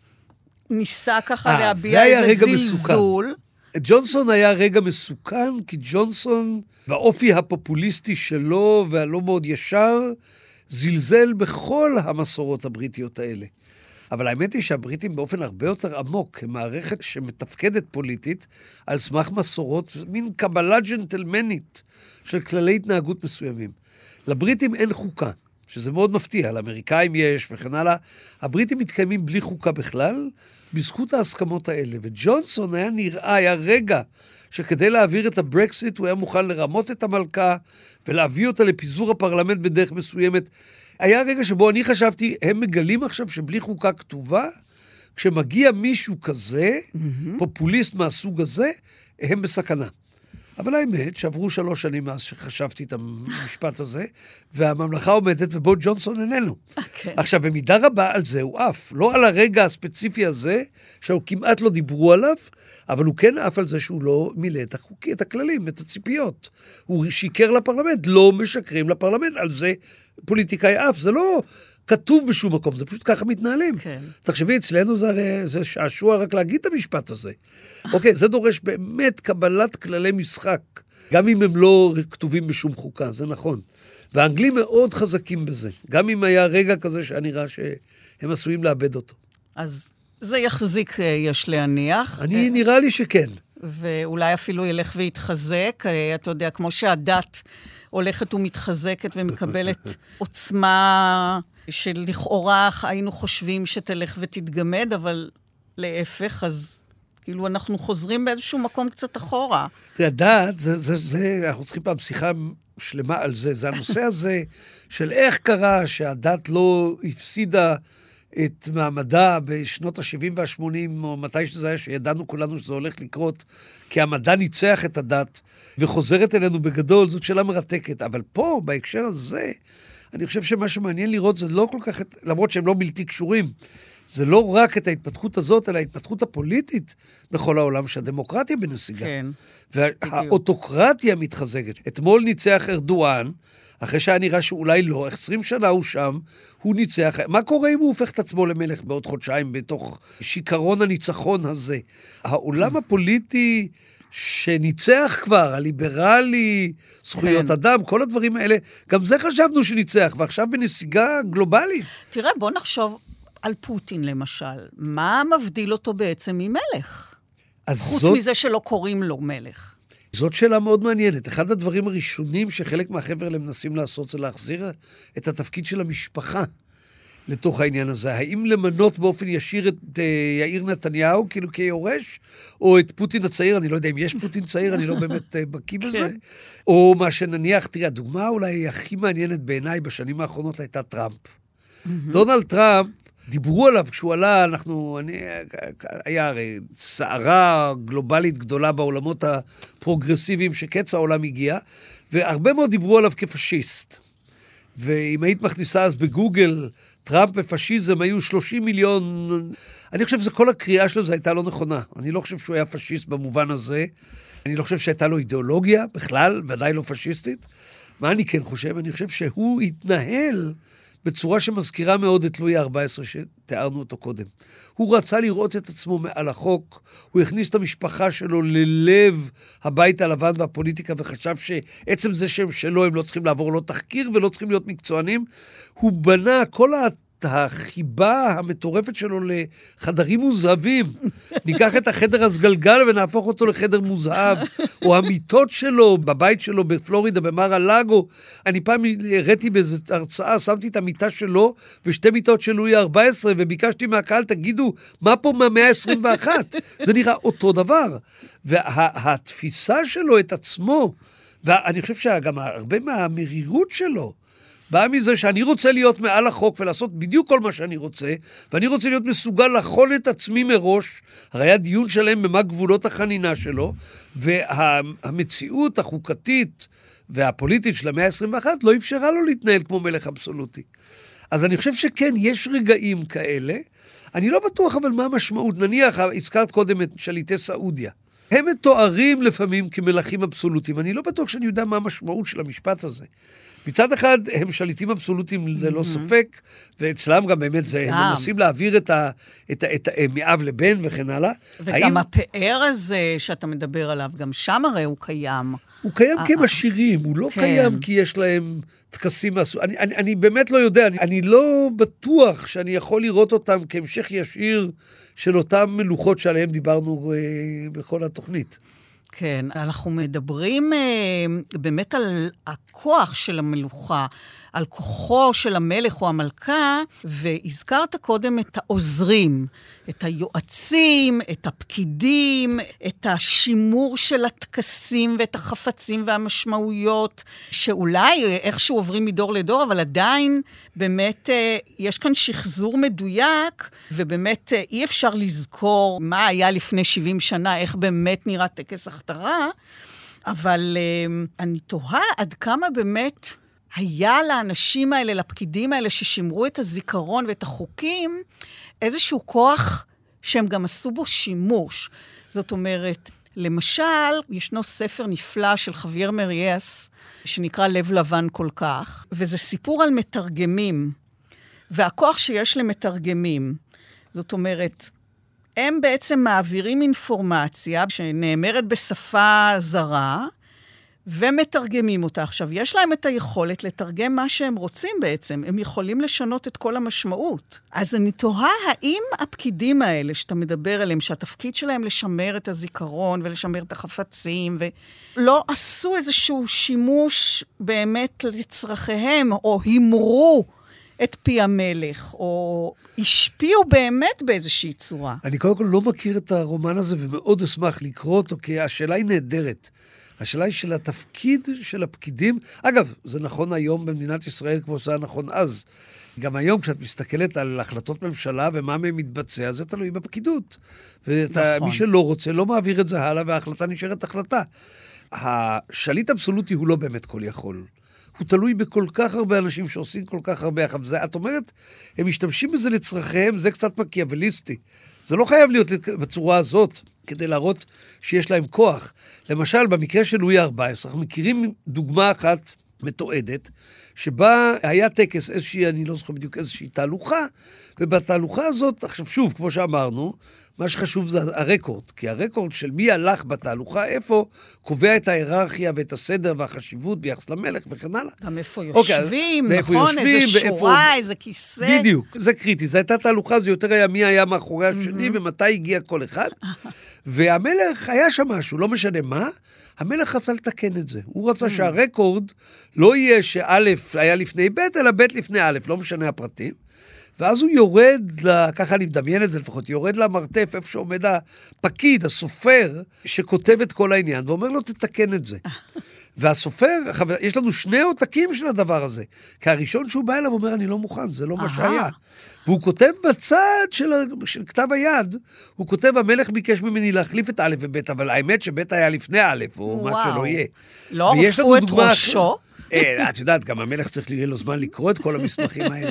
ניסה ככה 아, להביע איזה זלזול. מסוכן. ג'ונסון היה רגע מסוכן, כי ג'ונסון, באופי הפופוליסטי שלו, והלא מאוד ישר, זלזל בכל המסורות הבריטיות האלה. אבל האמת היא שהבריטים באופן הרבה יותר עמוק, כמערכת שמתפקדת פוליטית, על סמך מסורות, מין קבלה ג'נטלמנית של כללי התנהגות מסוימים. לבריטים אין חוקה, שזה מאוד מפתיע, לאמריקאים יש וכן הלאה. הבריטים מתקיימים בלי חוקה בכלל, בזכות ההסכמות האלה. וג'ונסון היה נראה, היה רגע, שכדי להעביר את הברקסיט, הוא היה מוכן לרמות את המלכה, ולהביא אותה לפיזור הפרלמנט בדרך מסוימת. היה רגע שבו אני חשבתי, הם מגלים עכשיו שבלי חוקה כתובה, כשמגיע מישהו כזה, mm-hmm. פופוליסט מהסוג הזה, הם בסכנה. אבל האמת, שעברו שלוש שנים מאז שחשבתי את המשפט הזה, והממלכה עומדת, ובו ג'ונסון איננו. Okay. עכשיו, במידה רבה על זה הוא אף. לא על הרגע הספציפי הזה, שהוא כמעט לא דיברו עליו, אבל הוא כן אף על זה שהוא לא מילא את החוקי, את הכללים, את הציפיות. הוא שיקר לפרלמנט, לא משקרים לפרלמנט. על זה פוליטיקאי אף. זה לא כתוב בשום מקום, זה פשוט ככה מתנהלים. כן. תחשבי, אצלנו זה הרי, זה שעשוע רק להגיד את המשפט הזה. אוקיי, זה דורש באמת קבלת כללי משחק, גם אם הם לא כתובים בשום חוקה, זה נכון. והאנגלים מאוד חזקים בזה, גם אם היה רגע כזה שנראה שהם עשויים לאבד אותו. אז זה יחזיק, יש להניח. אני נראה לי שכן. ואולי אפילו ילך ויתחזק, אתה יודע, כמו שהדת הולכת ומתחזקת ומקבלת עוצמה שלכאורה היינו חושבים שתלך ותתגמד, אבל להפך, אז כאילו אנחנו חוזרים באיזשהו מקום קצת אחורה. הדת, זה, זה, זה, אנחנו צריכים פעם שיחה שלמה על זה, זה הנושא הזה של איך קרה שהדת לא הפסידה את מעמדה בשנות ה-שבעים וה-שמונים, או מתי שזה היה, שידענו כולנו שזה הולך לקרות, כי המדע ניצח את הדת, וחוזרת אלינו בגדול, זאת שאלה מרתקת. אבל פה, בהקשר הזה, אני חושב שמה שמעניין לראות זה לא כל כך, למרות שהם לא בלתי קשורים, זה לא רק את ההתפתחות הזאת, אלא ההתפתחות הפוליטית בכל העולם, שהדמוקרטיה בנסיגה. כן. והאוטוקרטיה מתחזקת. אתמול ניצח ארדואן, אחרי שהיה נראה שאולי לא, עשרים שנה הוא שם, הוא ניצח. מה קורה אם הוא הופך את עצמו למלך בעוד חודשיים, בתוך שיקרון הניצחון הזה? העולם הפוליטי שניצח כבר, הליברלי, זכויות אדם, כל הדברים האלה, גם זה חשבנו שניצח, ועכשיו בנסיגה גלובלית. תראה, בוא נחשוב על פוטין למשל. מה מבדיל אותו בעצם ממלך? חוץ זאת... מזה שלא קוראים לו מלך. זאת שאלה מאוד מעניינת. אחד הדברים הראשונים שחלק מהחבר'ה האלה מנסים לעשות זה להחזיר את התפקיד של המשפחה לתוך העניין הזה. האם למנות באופן ישיר את uh, יאיר נתניהו, כאילו כיורש, או את פוטין הצעיר, אני לא יודע אם יש פוטין צעיר, אני לא באמת uh, בקיא בזה, או מה שנניח, תראה, הדוגמה אולי הכי מעניינת בעיניי בשנים האחרונות הייתה טראמפ. דונלד טראמפ, דיברו עליו כשהוא עלה, אנחנו, אני, היה הרי סערה גלובלית גדולה בעולמות הפרוגרסיביים שקץ העולם הגיע, והרבה מאוד דיברו עליו כפשיסט. ואם היית מכניסה אז בגוגל, טראמפ ופשיזם היו שלושים מיליון, אני חושב שכל הקריאה שלו זה הייתה לא נכונה. אני לא חושב שהוא היה פשיסט במובן הזה, אני לא חושב שהייתה לו אידיאולוגיה בכלל, ודאי לא פשיסטית. מה אני כן חושב? אני חושב שהוא התנהל בצורה שמזכירה מאוד את לואי ה-ארבע עשרה שתיארנו אותו קודם. הוא רצה לראות את עצמו מעל החוק, הוא הכניס את המשפחה שלו ללב הבית הלבן והפוליטיקה, וחשב שעצם זה שהם שלו, הם לא צריכים לעבור לא תחקיר ולא צריכים להיות מקצוענים. הוא בנה כל החיבה המטורפת שלו לחדרים מוזהבים. ניקח את החדר הסגלגל ונהפוך אותו לחדר מוזהב, או המיטות שלו בבית שלו בפלורידה, במר הלאגו. אני פעם הראיתי באיזו הרצאה, שמתי את המיטה שלו ושתי מיטות של לואי ה-ארבע עשרה, וביקשתי מהקהל, תגידו, מה פה מהמאה ה-עשרים ואחת? זה נראה אותו דבר. והתפיסה שלו את עצמו, ואני חושב שגם הרבה מהמרירות שלו, באה מזה שאני רוצה להיות מעל החוק ולעשות בדיוק כל מה שאני רוצה, ואני רוצה להיות מסוגל לחון את עצמי מראש, הרי היה דיון שלהם במה גבולות החנינה שלו, והמציאות החוקתית והפוליטית של המאה ה-עשרים ואחת לא אפשרה לו להתנהל כמו מלך אבסולוטי. אז אני חושב שכן, יש רגעים כאלה, אני לא בטוח אבל מה המשמעות, נניח, הזכרת קודם את שליטי סעודיה, הם מתוארים לפעמים כמלכים אבסולוטיים, אני לא בטוח שאני יודע מה המשמעות של המשפט הזה. מצד אחד, הם שליטים אבסולוטיים, זה לא ספק, ואצלם גם באמת זה, הם מנסים להעביר את ה, את ה, את ה, מאב לבן וכן הלאה. וגם הפאר הזה שאתה מדבר עליו, גם שם הרי הוא קיים. הוא קיים כי הם עשירים, הוא לא קיים כי יש להם תקסים מהסוג. אני, אני, אני באמת לא יודע, אני, אני לא בטוח שאני יכול לראות אותם כהמשך ישיר של אותם מלוכות שעליהם דיברנו אה, בכל התוכנית. כן, אנחנו מדברים אה, באמת על הכוח של המלוכה, על כוחו של המלך או המלכה, והזכרת קודם את העוזרים, את היועצים, את הפקידים, את השימור של הטקסים ואת החפצים והמשמעויות, שאולי איכשהו עוברים מדור לדור, אבל עדיין באמת יש כאן שחזור מדויק, ובאמת אי אפשר לזכור מה היה לפני שבעים שנה, איך באמת נראה טקס הכתרה, אבל אני תוהה עד כמה באמת היה לאנשים האלה, לפקידים האלה, ששימרו את הזיכרון ואת החוקים, איזשהו כוח שהם גם עשו בו שימוש. זאת אומרת, למשל, ישנו ספר נפלא של חוויאר מריאס, שנקרא לב לבן כל כך, וזה סיפור על מתרגמים, והכוח שיש למתרגמים. זאת אומרת, הם בעצם מעבירים אינפורמציה שנאמרת בשפה זרה, ומתרגמים אותה. עכשיו, יש להם את היכולת לתרגם מה שהם רוצים בעצם. הם יכולים לשנות את כל המשמעות. אז אני תוהה, האם הפקידים האלה שאתה מדבר עליהם, שהתפקיד שלהם לשמר את הזיכרון ולשמר את החפצים, ולא עשו איזשהו שימוש באמת לצרכיהם, או הימרו את פי המלך, או השפיעו באמת באיזושהי צורה. אני קודם כל לא מכיר את הרומן הזה, ומאוד אשמח לקרוא אותו, כי השאלה היא נהדרת. השאלה היא של התפקיד של הפקידים. אגב, זה נכון היום במדינת ישראל, כמו שזה היה נכון אז. גם היום, כשאת מסתכלת על החלטות ממשלה ומה מהם מתבצע, זה תלוי בפקידות. ומי שלא רוצה, לא מעביר את זה הלאה, וההחלטה נשארת החלטה. השליט אבסולוטי הוא לא באמת כל יכול. הוא תלוי בכל כך הרבה אנשים שעושים כל כך הרבה. את אומרת, הם משתמשים בזה לצרכיהם, זה קצת מקיאווליסטי. זה לא חייב להיות בצורה הזאת, כדי להראות שיש להם כוח. למשל, במקרה של לואי ה-ארבע עשרה, אנחנו מכירים דוגמה אחת מתועדת, שבה היה טקס, איזושהי, אני לא זוכר בדיוק, איזושהי תהלוכה, ובתהלוכה הזאת, עכשיו שוב, כמו שאמרנו, מה שחשוב זה הרקורד, כי הרקורד של מי הלך בתהלוכה, איפה, קובע את ההיררכיה ואת הסדר והחשיבות ביחס למלך וכן הלאה. גם איפה יושבים, okay, נכון? יושבים, איזה שורה, ואיפה... איזה כיסא. בדיוק, זה קריטי. זו הייתה תהלוכה, זה יותר היה מי היה מאחורי השני, mm-hmm. ומתי הגיע כל אחד. והמלך היה שם משהו, לא משנה מה, המלך רצה לתקן את זה. הוא רצה שהרקורד לא יהיה שא' היה לפני ב', אלא ב' לפני א', לא משנה הפרטים. ואז הוא יורד, ככה אני מדמיין את זה לפחות, יורד למרתף, איפה שעומד הפקיד, הסופר, שכותב את כל העניין, ואומר לו, תתקן את זה. והסופר, יש לנו שני עותקים של הדבר הזה, כי הראשון שהוא בא אליו אומר, אני לא מוכן, זה לא מה שהיה. והוא כותב בצד של, של כתב היד, הוא כותב, המלך ביקש ממני להחליף את א' וב', אבל האמת שב' היה לפני א', או מה שלא יהיה. לא ערפו את ראשו? את יודעת, גם המלך צריך להיות לו זמן לקרוא את כל המסמכים האלה.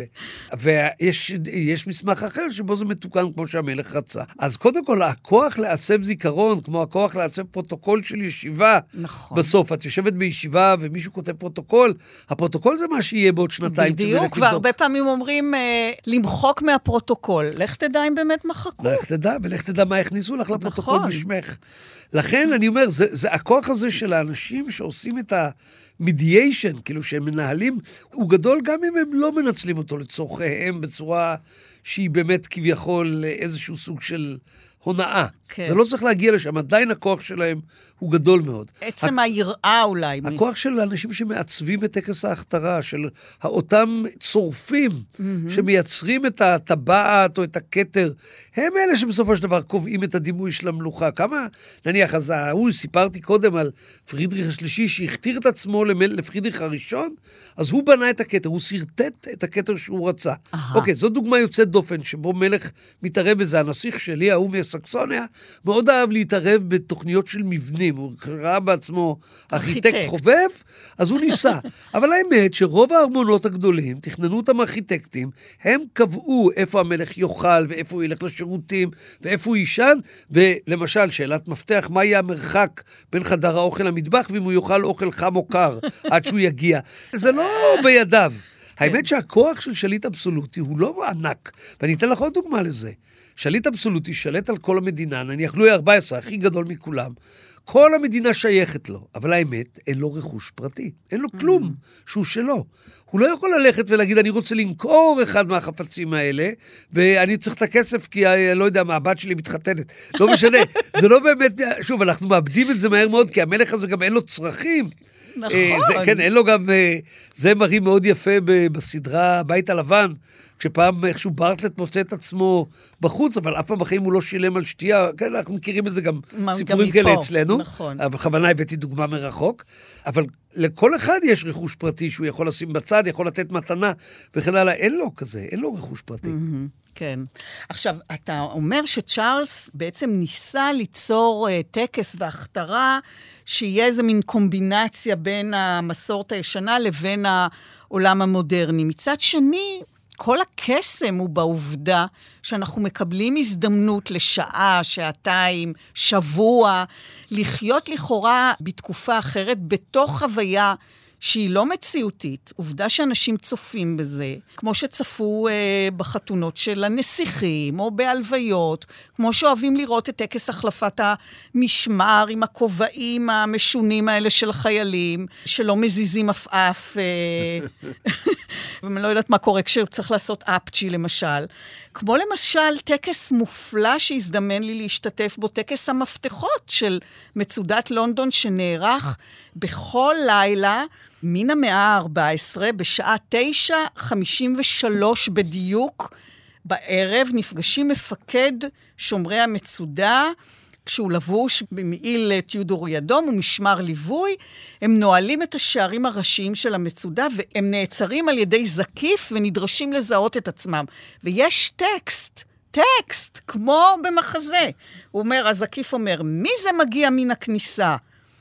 ויש מסמך אחר שבו זה מתוקן כמו שהמלך רצה. אז קודם כל, הכוח לעצב זיכרון, כמו הכוח לעצב פרוטוקול של ישיבה, נכון. בסוף, את יושבת בישיבה ומישהו כותב פרוטוקול, הפרוטוקול זה מה שיהיה בעוד שנתיים. בדיוק, והרבה פעמים אומרים, למחוק מהפרוטוקול. לך תדע אם באמת מחקו. לך תדע, ולך תדע מה הכניסו לך לפרוטוקול בשמך. לכן, אני אומר, זה הכוח הזה של האנשים שעושים את ה... mediation, כאילו שהם מנהלים, הוא גדול גם אם הם לא מנצלים אותו לצורכיהם בצורה שהיא באמת כביכול איזשהו סוג של הונאה. כן. זה לא צריך להגיע לשם, עדיין הכוח שלהם הוא גדול מאוד. עצם היראה אולי. הכוח של האנשים שמעצבים את טקס ההכתרה, של אותם צורפים mm-hmm. שמייצרים את הטבעת או את הכתר, הם אלה שבסופו של דבר קובעים את הדימוי של המלוכה. כמה, נניח, אז הוא סיפרתי קודם על פרידריך השלישי, שהכתיר את עצמו לפרידריך הראשון, אז הוא בנה את הכתר, הוא סרטט את הכתר שהוא רצה. Aha. אוקיי, זו דוגמה יוצאת דופן, שבו מלך מתערב בזה, הנסיך שלי, ההוא מסקסוניה, מאוד אהב להתערב בתוכניות של מבנים, הוא ראה בעצמו ארכיטקט חובב, אז הוא ניסה. אבל האמת שרוב הארמונות הגדולים, תכננו אותם ארכיטקטים, הם קבעו איפה המלך יאכל, ואיפה הוא ילך לשירותים, ואיפה הוא יישן, ולמשל, שאלת מפתח, מה יהיה המרחק בין חדר האוכל למטבח, ואם הוא יאכל אוכל חם או קר, עד שהוא יגיע. זה לא בידיו. האמת שהכוח של שליט אבסולוטי הוא לא ענק, ואני אתן לך עוד דוגמה לזה. שליט אבסולוטי שלט על כל המדינה, נניח לואי ארבע עשרה, הכי גדול מכולם, כל המדינה שייכת לו, אבל האמת, אין לו רכוש פרטי, אין לו כלום שהוא שלו. הוא לא יכול ללכת ולהגיד, אני רוצה למכור אחד מהחפצים האלה, ואני צריך את הכסף כי, לא יודע, מה, הבת שלי מתחתנת. לא משנה, זה לא באמת, שוב, אנחנו מאבדים את זה מהר מאוד, כי המלך הזה גם אין לו צרכים. נכון. זה, כן, אין לו גם, זה מראה מאוד יפה בסדרה בית הלבן, כשפעם איכשהו ברטלט מוצא את עצמו בחוץ, אבל אף פעם בחיים הוא לא שילם על שתייה, כן, אנחנו מכירים את זה גם סיפורים כאלה אצלנו, נכון. בכוונה הבאתי דוגמה מרחוק, אבל לכל אחד יש רכוש פרטי שהוא יכול לשים בצד, יכול לתת מתנה, וכן הלאה, אין לו כזה, אין לו רכוש פרטי. כן. עכשיו, אתה אומר שצ'ארלס בעצם ניסה ליצור uh, טקס והכתרה, שיהיה איזה מין קומבינציה בין המסורת הישנה לבין העולם המודרני. מצד שני, כל הקסם הוא בעובדה שאנחנו מקבלים הזדמנות לשעה, שעתיים, שבוע, לחיות לכאורה בתקופה אחרת, בתוך חוויה שהיא לא מציאותית. עובדה שאנשים צופים בזה, כמו שצפו אה, בחתונות של הנסיכים, או בהלוויות, כמו שאוהבים לראות את טקס החלפת המשמר, עם הכובעים המשונים האלה של החיילים, שלא מזיזים אף אף, אה, ואני לא יודעת מה קורה כשהוא צריך לעשות אפצ'י למשל. כמו למשל טקס מופלא שהזדמן לי להשתתף בו, טקס המפתחות של מצודת לונדון שנערך בכל לילה, מן המאה ה-ארבע עשרה, בשעה תשע חמישים ושלוש בדיוק בערב, נפגשים מפקד שומרי המצודה, כשהוא לבוש במעיל טיודורי אדום ומשמר ליווי, הם נועלים את השערים הראשיים של המצודה, והם נעצרים על ידי זקיף ונדרשים לזהות את עצמם. ויש טקסט, טקסט, כמו במחזה. הוא אומר, הזקיף אומר, מי זה מגיע מן הכניסה?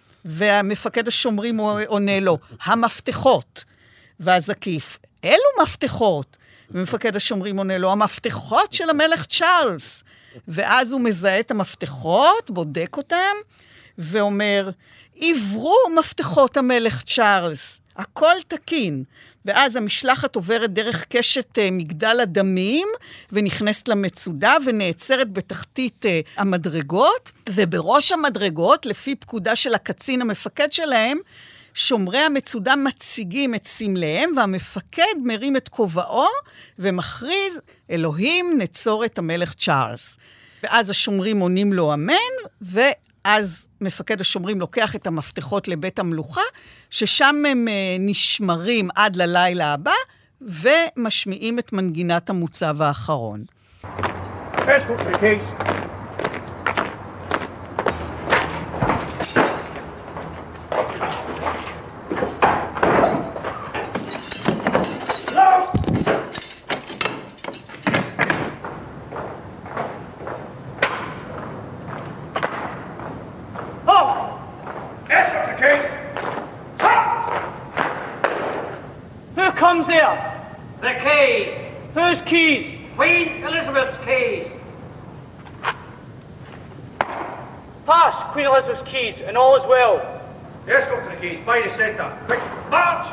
והמפקד השומרים עונה לו, המפתחות. והזקיף, אלו מפתחות. ומפקד השומרים עונה לו, המפתחות של המלך צ'ארלס. ואז הוא מזהה את המפתחות, בודק אותם, ואומר, עברו מפתחות המלך צ'ארלס, הכל תקין. ואז המשלחת עוברת דרך קשת מגדל הדמים, ונכנסת למצודה, ונעצרת בתחתית המדרגות, ובראש המדרגות, לפי פקודה של הקצין המפקד שלהם, שומרי המצודה מציגים את סמליהם, והמפקד מרים את כובעו, ומכריז, אלוהים נצור את המלך צ'ארלס. ואז השומרים עונים לו אמן, ואז מפקד השומרים לוקח את המפתחות לבית המלוכה, ששם הם נשמרים עד ללילה הבא, ומשמיעים את מנגינת המוצב האחרון. Comes here? The keys. Whose keys? Queen Elizabeth's keys. Pass Queen Elizabeth's keys and all is well. Yes, go to the keys, by the centre. Quick, march!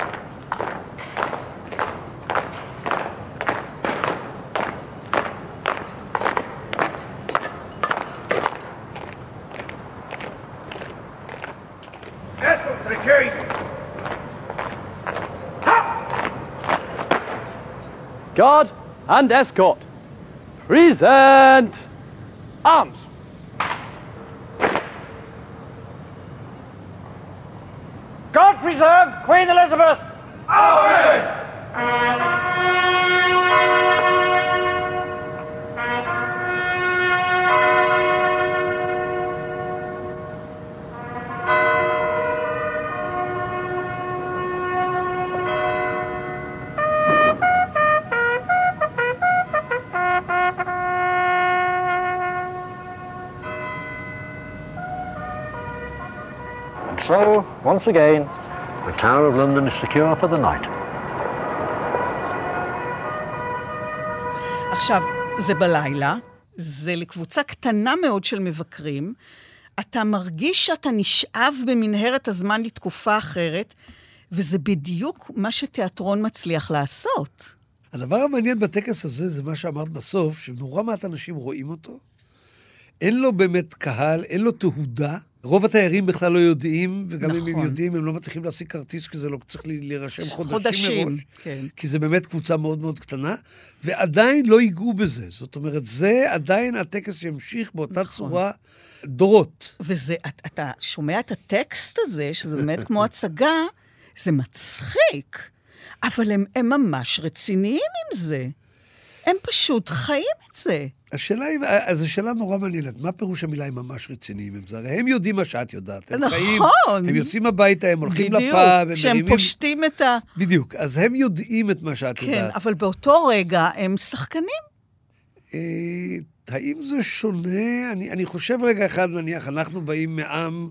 Yes, go to the keys. Guard and escort. Present arms. God preserve Queen Elizabeth. Amen. So, once again, the Tower of London is secure for the night. עכשיו, זה בלילה, זה לקבוצה קטנה מאוד של מבקרים, אתה מרגיש שאתה נשאב במנהרת הזמן לתקופה אחרת, וזה בדיוק מה שתיאטרון מצליח לעשות. הדבר המעניין בטקס הזה זה מה שאמרת בסוף, שנורא מעט אנשים רואים אותו, אין לו באמת קהל, אין לו תהודה, רוב התיירים בכלל לא יודעים, וגם נכון. אם הם יודעים, הם לא מצליחים להשיג כרטיס, כי זה לא צריך להירשם חודשים, חודשים מראש, כן. כי זה באמת קבוצה מאוד מאוד קטנה, ועדיין לא ייגעו בזה. זאת אומרת, זה עדיין הטקס ימשיך באותה נכון. צורה דורות. וזה, אתה שומע את הטקסט הזה, שזה באמת כמו הצגה, זה מצחיק, אבל הם, הם ממש רציניים עם זה. הם פשוט חיים את זה. השאלה היא, אז השאלה נורא מעניינת, מה פירוש המילה הם ממש רציניים? הם זה, הרי הם יודעים מה שאת יודעת. הם נכון. חיים, הם יוצאים הביתה, הם הולכים לפאב, הם כשהם מרימים... פושטים את ה... בדיוק, אז הם יודעים את מה שאת כן, יודעת. כן, אבל באותו רגע הם שחקנים. אה, האם זה שונה? אני, אני חושב רגע אחד, נניח, אנחנו באים מעם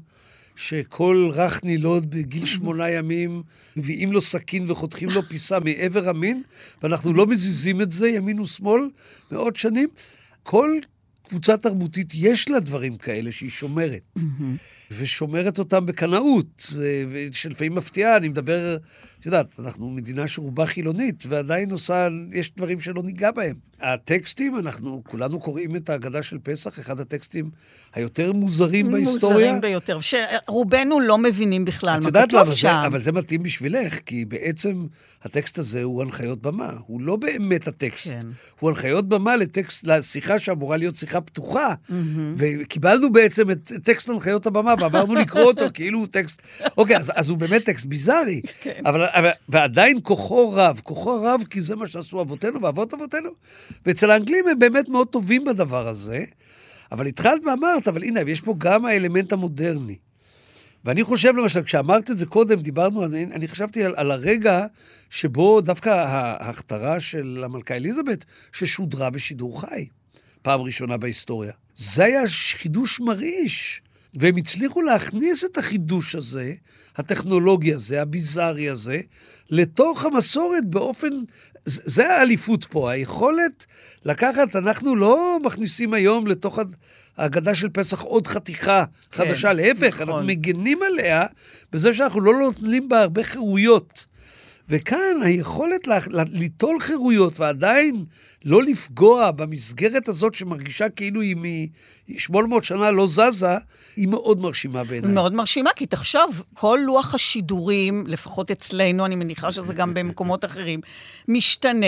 שכל רך נילוד בגיל שמונה ימים, מביאים לו סכין וחותכים לו פיסה מעבר המין, ואנחנו לא מזיזים את זה, ימין ושמאל, מאות שנים. כל קבוצה תרבותית יש לה דברים כאלה שהיא שומרת, ושומרת אותם בקנאות, שלפעמים מפתיעה, אני מדבר, את יודעת, אנחנו מדינה שרובה חילונית, ועדיין עושה, יש דברים שלא ניגע בהם. הטקסטים, אנחנו כולנו קוראים את ההגדה של פסח, אחד הטקסטים היותר מוזרים בהיסטוריה. מוזרים ביותר, שרובנו לא מבינים בכלל מה כתוב שם. אבל זה מתאים בשבילך, כי בעצם הטקסט הזה הוא הנחיות במה, הוא לא באמת הטקסט, כן. הוא הנחיות במה לטקסט, לשיחה שאמורה להיות שיחה פתוחה, וקיבלנו בעצם את טקסט הנחיות הבמה, ועברנו לקרוא אותו כאילו הוא טקסט, אוקיי, אז, אז הוא באמת טקסט ביזרי, כן. אבל, אבל, ועדיין כוחו רב, כוחו רב כי זה מה שעשו אבותינו ואבות אבותינו, ואצל האנגלים הם באמת מאוד טובים בדבר הזה, אבל התחלת ואמרת, אבל הנה, יש פה גם האלמנט המודרני. ואני חושב למשל, כשאמרת את זה קודם, דיברנו, אני, אני חשבתי על, על הרגע שבו דווקא ההכתרה של המלכה אליזבת, ששודרה בשידור חי, פעם ראשונה בהיסטוריה. זה היה חידוש מרעיש. והם הצליחו להכניס את החידוש הזה, הטכנולוגי הזה, הביזארי הזה, לתוך המסורת באופן... זה האליפות פה, היכולת לקחת, אנחנו לא מכניסים היום לתוך ההגדה של פסח עוד חתיכה כן, חדשה, להפך, נכון. אנחנו מגנים עליה בזה שאנחנו לא נוטלים בה הרבה חירויות. וכאן היכולת ליטול חירויות ועדיין לא לפגוע במסגרת הזאת שמרגישה כאילו היא מ-שמונה מאות שנה לא זזה, היא מאוד מרשימה בעיניי. מאוד מרשימה, כי תחשוב, כל לוח השידורים, לפחות אצלנו, אני מניחה שזה גם במקומות אחרים, משתנה,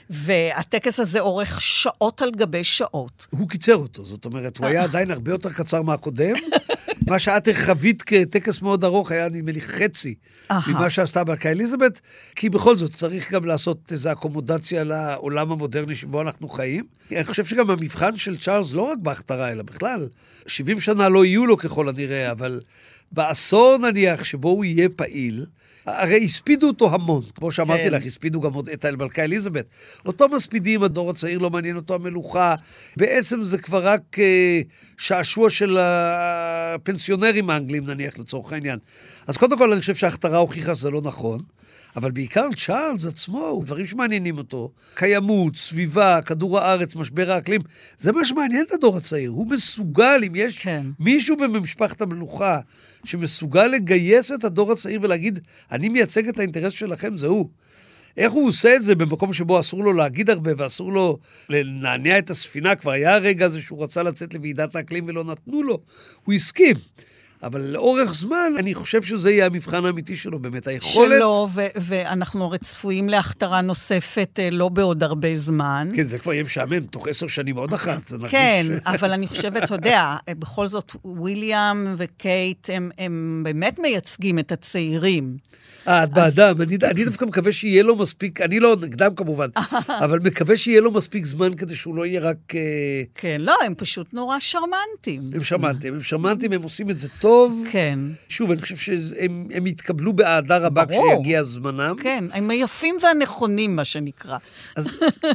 והטקס הזה אורך שעות על גבי שעות. הוא קיצר אותו, זאת אומרת, הוא היה עדיין הרבה יותר קצר מהקודם, מה שאת הרחבית כטקס מאוד ארוך היה נדמה לי חצי ממה שעשתה מלכה אליזבת, כי בכל זאת צריך גם לעשות איזו אקומודציה לעולם המודרני שבו אנחנו חיים. אני חושב שגם המבחן של צ'ארלס לא רק בהכתרה, אלא בכלל, שבעים שנה לא יהיו לו ככל הנראה, אבל בעשור נניח שבו הוא יהיה פעיל, הרי הספידו אותו המון, כמו שאמרתי כן. לך, הספידו גם את מלכה אליזבת. אותו מספידים, הדור הצעיר לא מעניין אותו המלוכה, בעצם זה כבר רק uh, שעשוע של הפנסיונרים האנגלים נניח לצורך העניין. אז קודם כל אני חושב שההכתרה הוכיחה שזה לא נכון, אבל בעיקר צ'ארלס עצמו, דברים שמעניינים אותו, קיימות, סביבה, כדור הארץ, משבר האקלים, זה מה שמעניין את הדור הצעיר. הוא מסוגל, אם יש כן. מישהו במשפחת המלוכה, שמסוגל לגייס את הדור הצעיר ולהגיד, אני מייצג את האינטרס שלכם, זה הוא. איך הוא עושה את זה במקום שבו אסור לו להגיד הרבה, ואסור לו לנענע את הספינה, כבר היה הרגע הזה שהוא רצה לצאת לוועידת האקלים ולא נתנו לו, הוא הסכים. אבל לאורך זמן, אני חושב שזה יהיה המבחן האמיתי שלו, באמת היכולת... שלו, ו- ואנחנו הרי צפויים להכתרה נוספת לא בעוד הרבה זמן. כן, זה כבר יהיה משעמם, תוך עשר שנים עוד אחת. כן, אבל אני חושבת, אתה יודע, בכל זאת, וויליאם וקייט, הם, הם באמת מייצגים את הצעירים. אה, את בעדם. אני, אני דווקא מקווה שיהיה לו מספיק, אני לא נגדם כמובן, אבל מקווה שיהיה לו מספיק זמן כדי שהוא לא יהיה רק... כן, לא, הם פשוט נורא שרמנטים. הם שרמנטים, הם שרמנטים, הם עושים את זה טוב. כן. שוב, אני חושב שהם הם יתקבלו באהדה רבה כשיגיע זמנם. כן, הם היפים והנכונים, מה שנקרא. אז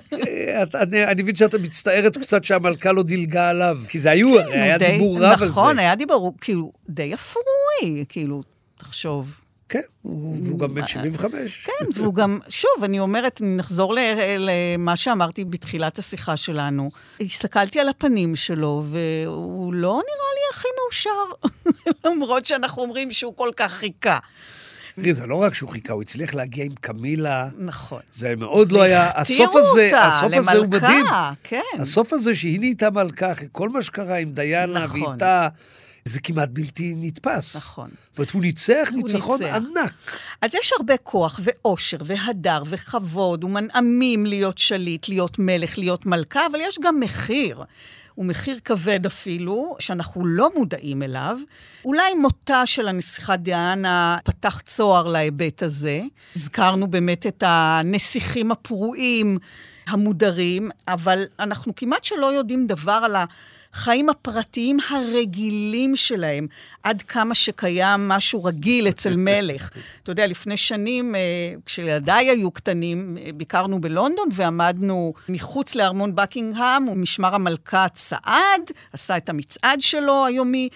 אני, אני מבין שאתה מצטערת קצת שהמלכה לא דילגה עליו, כי זה היו, הרי היה דיבור רב על זה. נכון, היה דיבור, כאילו, די אפרוי, כאילו, תחשוב. כן, והוא גם בן שבעים וחמש. כן, והוא גם, שוב, אני אומרת, נחזור למה שאמרתי בתחילת השיחה שלנו. הסתכלתי על הפנים שלו, והוא לא נראה לי הכי מאושר, למרות שאנחנו אומרים שהוא כל כך חיכה. תראי, זה לא רק שהוא חיכה, הוא הצליח להגיע עם קמילה. נכון. זה מאוד לא היה... הסוף הזה, הסוף הזה הוא מדהים. כן. הסוף הזה שהיא נהייתה מלכה, כל מה שקרה עם דיינה ואיתה, זה כמעט בלתי נתפס. נכון. זאת אומרת, הוא ניצח ניצחון ענק. אז יש הרבה כוח ואושר והדר וכבוד ומנעמים להיות שליט, להיות מלך, להיות מלכה, אבל יש גם מחיר. הוא מחיר כבד אפילו, שאנחנו לא מודעים אליו. אולי מותה של הנסיכה דיאנה פתח צוהר להיבט הזה. הזכרנו באמת את הנסיכים הפרועים המודרים, אבל אנחנו כמעט שלא יודעים דבר על החיים הפרטיים הרגילים שלהם, עד כמה שקיים משהו רגיל אצל מלך. אתה יודע, לפני שנים, כשילדיי היו קטנים, ביקרנו בלונדון ועמדנו מחוץ לארמון בקינגהאם, ומשמר המלכה צעד, עשה את המצעד שלו היומי,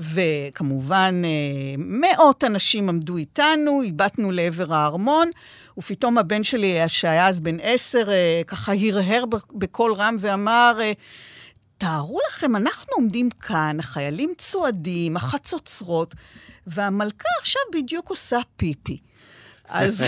וכמובן מאות אנשים עמדו איתנו, הבטנו לעבר הארמון, ופתאום הבן שלי, שהיה אז בן עשר, ככה הרהר בקול רם ואמר, תארו לכם, אנחנו עומדים כאן, החיילים צועדים, החצוצרות, והמלכה עכשיו בדיוק עושה פיפי. אז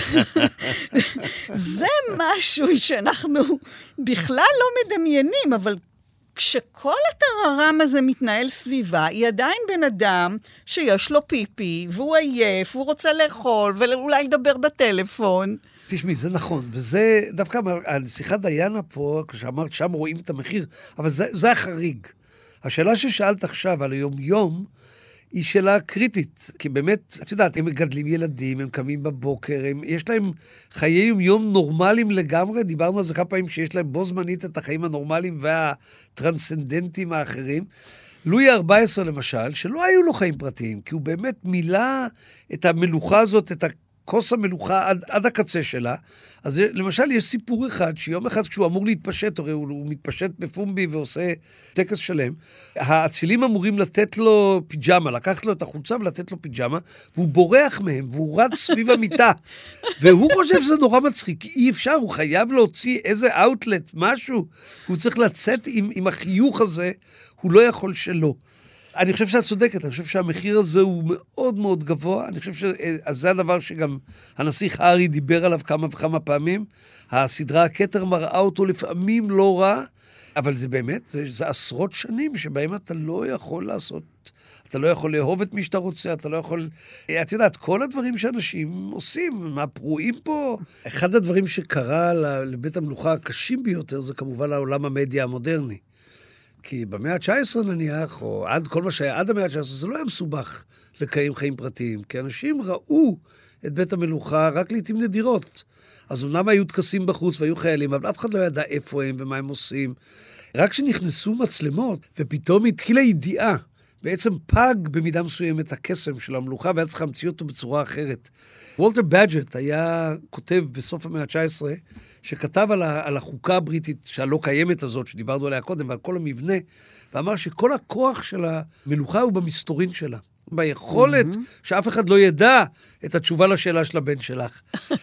זה משהו שאנחנו בכלל לא מדמיינים, אבל כשכל הטררם הזה מתנהל סביבה, היא עדיין בן אדם שיש לו פיפי, והוא עייף, והוא רוצה לאכול, ואולי לדבר בטלפון. תשמעי, זה נכון, וזה דווקא, הנסיכת דיינה פה, כשאמרת, שם רואים את המחיר, אבל זה, זה החריג. השאלה ששאלת עכשיו על היום-יום, היא שאלה קריטית, כי באמת, את יודעת, הם מגדלים ילדים, הם קמים בבוקר, הם, יש להם חיי יום-יום נורמליים לגמרי, דיברנו על זה כמה פעמים שיש להם בו זמנית את החיים הנורמליים והטרנסצנדנטיים האחרים. לואי ה-ארבע עשרה למשל, שלא היו לו חיים פרטיים, כי הוא באמת מילא את המלוכה הזאת, את ה... כוס המלוכה עד, עד הקצה שלה. אז למשל יש סיפור אחד, שיום אחד כשהוא אמור להתפשט, הרי הוא, הוא מתפשט בפומבי ועושה טקס שלם, האצילים אמורים לתת לו פיג'מה, לקחת לו את החולצה ולתת לו פיג'מה, והוא בורח מהם, והוא רץ סביב המיטה. והוא חושב שזה נורא מצחיק, כי אי אפשר, הוא חייב להוציא איזה אאוטלט, משהו, הוא צריך לצאת עם, עם החיוך הזה, הוא לא יכול שלא. אני חושב שאת צודקת, אני חושב שהמחיר הזה הוא מאוד מאוד גבוה, אני חושב שזה הדבר שגם הנסיך הארי דיבר עליו כמה וכמה פעמים, הסדרה הכתר מראה אותו לפעמים לא רע, אבל זה באמת, זה, זה עשרות שנים שבהם אתה לא יכול לעשות, אתה לא יכול לאהוב את מי שאתה רוצה, אתה לא יכול, את יודעת, כל הדברים שאנשים עושים, מה פרועים פה, אחד הדברים שקרה לבית המלוכה הקשים ביותר, זה כמובן העולם המדיה המודרני. כי במאה ה-תשע עשרה נניח, או עד כל מה שהיה עד המאה ה-תשע עשרה, זה לא היה מסובך לקיים חיים פרטיים, כי אנשים ראו את בית המלוכה רק לעתים נדירות. אז אומנם היו תקסים בחוץ והיו חיילים, אבל אף אחד לא ידע איפה הם ומה הם עושים. רק כשנכנסו מצלמות, ופתאום התחילה ידיעה, בעצם פג במידה מסוימת הקסם של המלוכה, והיה צריך להמציא אותו בצורה אחרת. וולטר בדג'ט היה כותב בסוף המאה ה-תשע עשרה, שכתב על, ה- על החוקה הבריטית, שהלא קיימת הזאת, שדיברנו עליה קודם, ועל כל המבנה, ואמר שכל הכוח של המלוכה הוא במסתורין שלה. ביכולת mm-hmm. שאף אחד לא ידע את התשובה לשאלה של הבן שלך.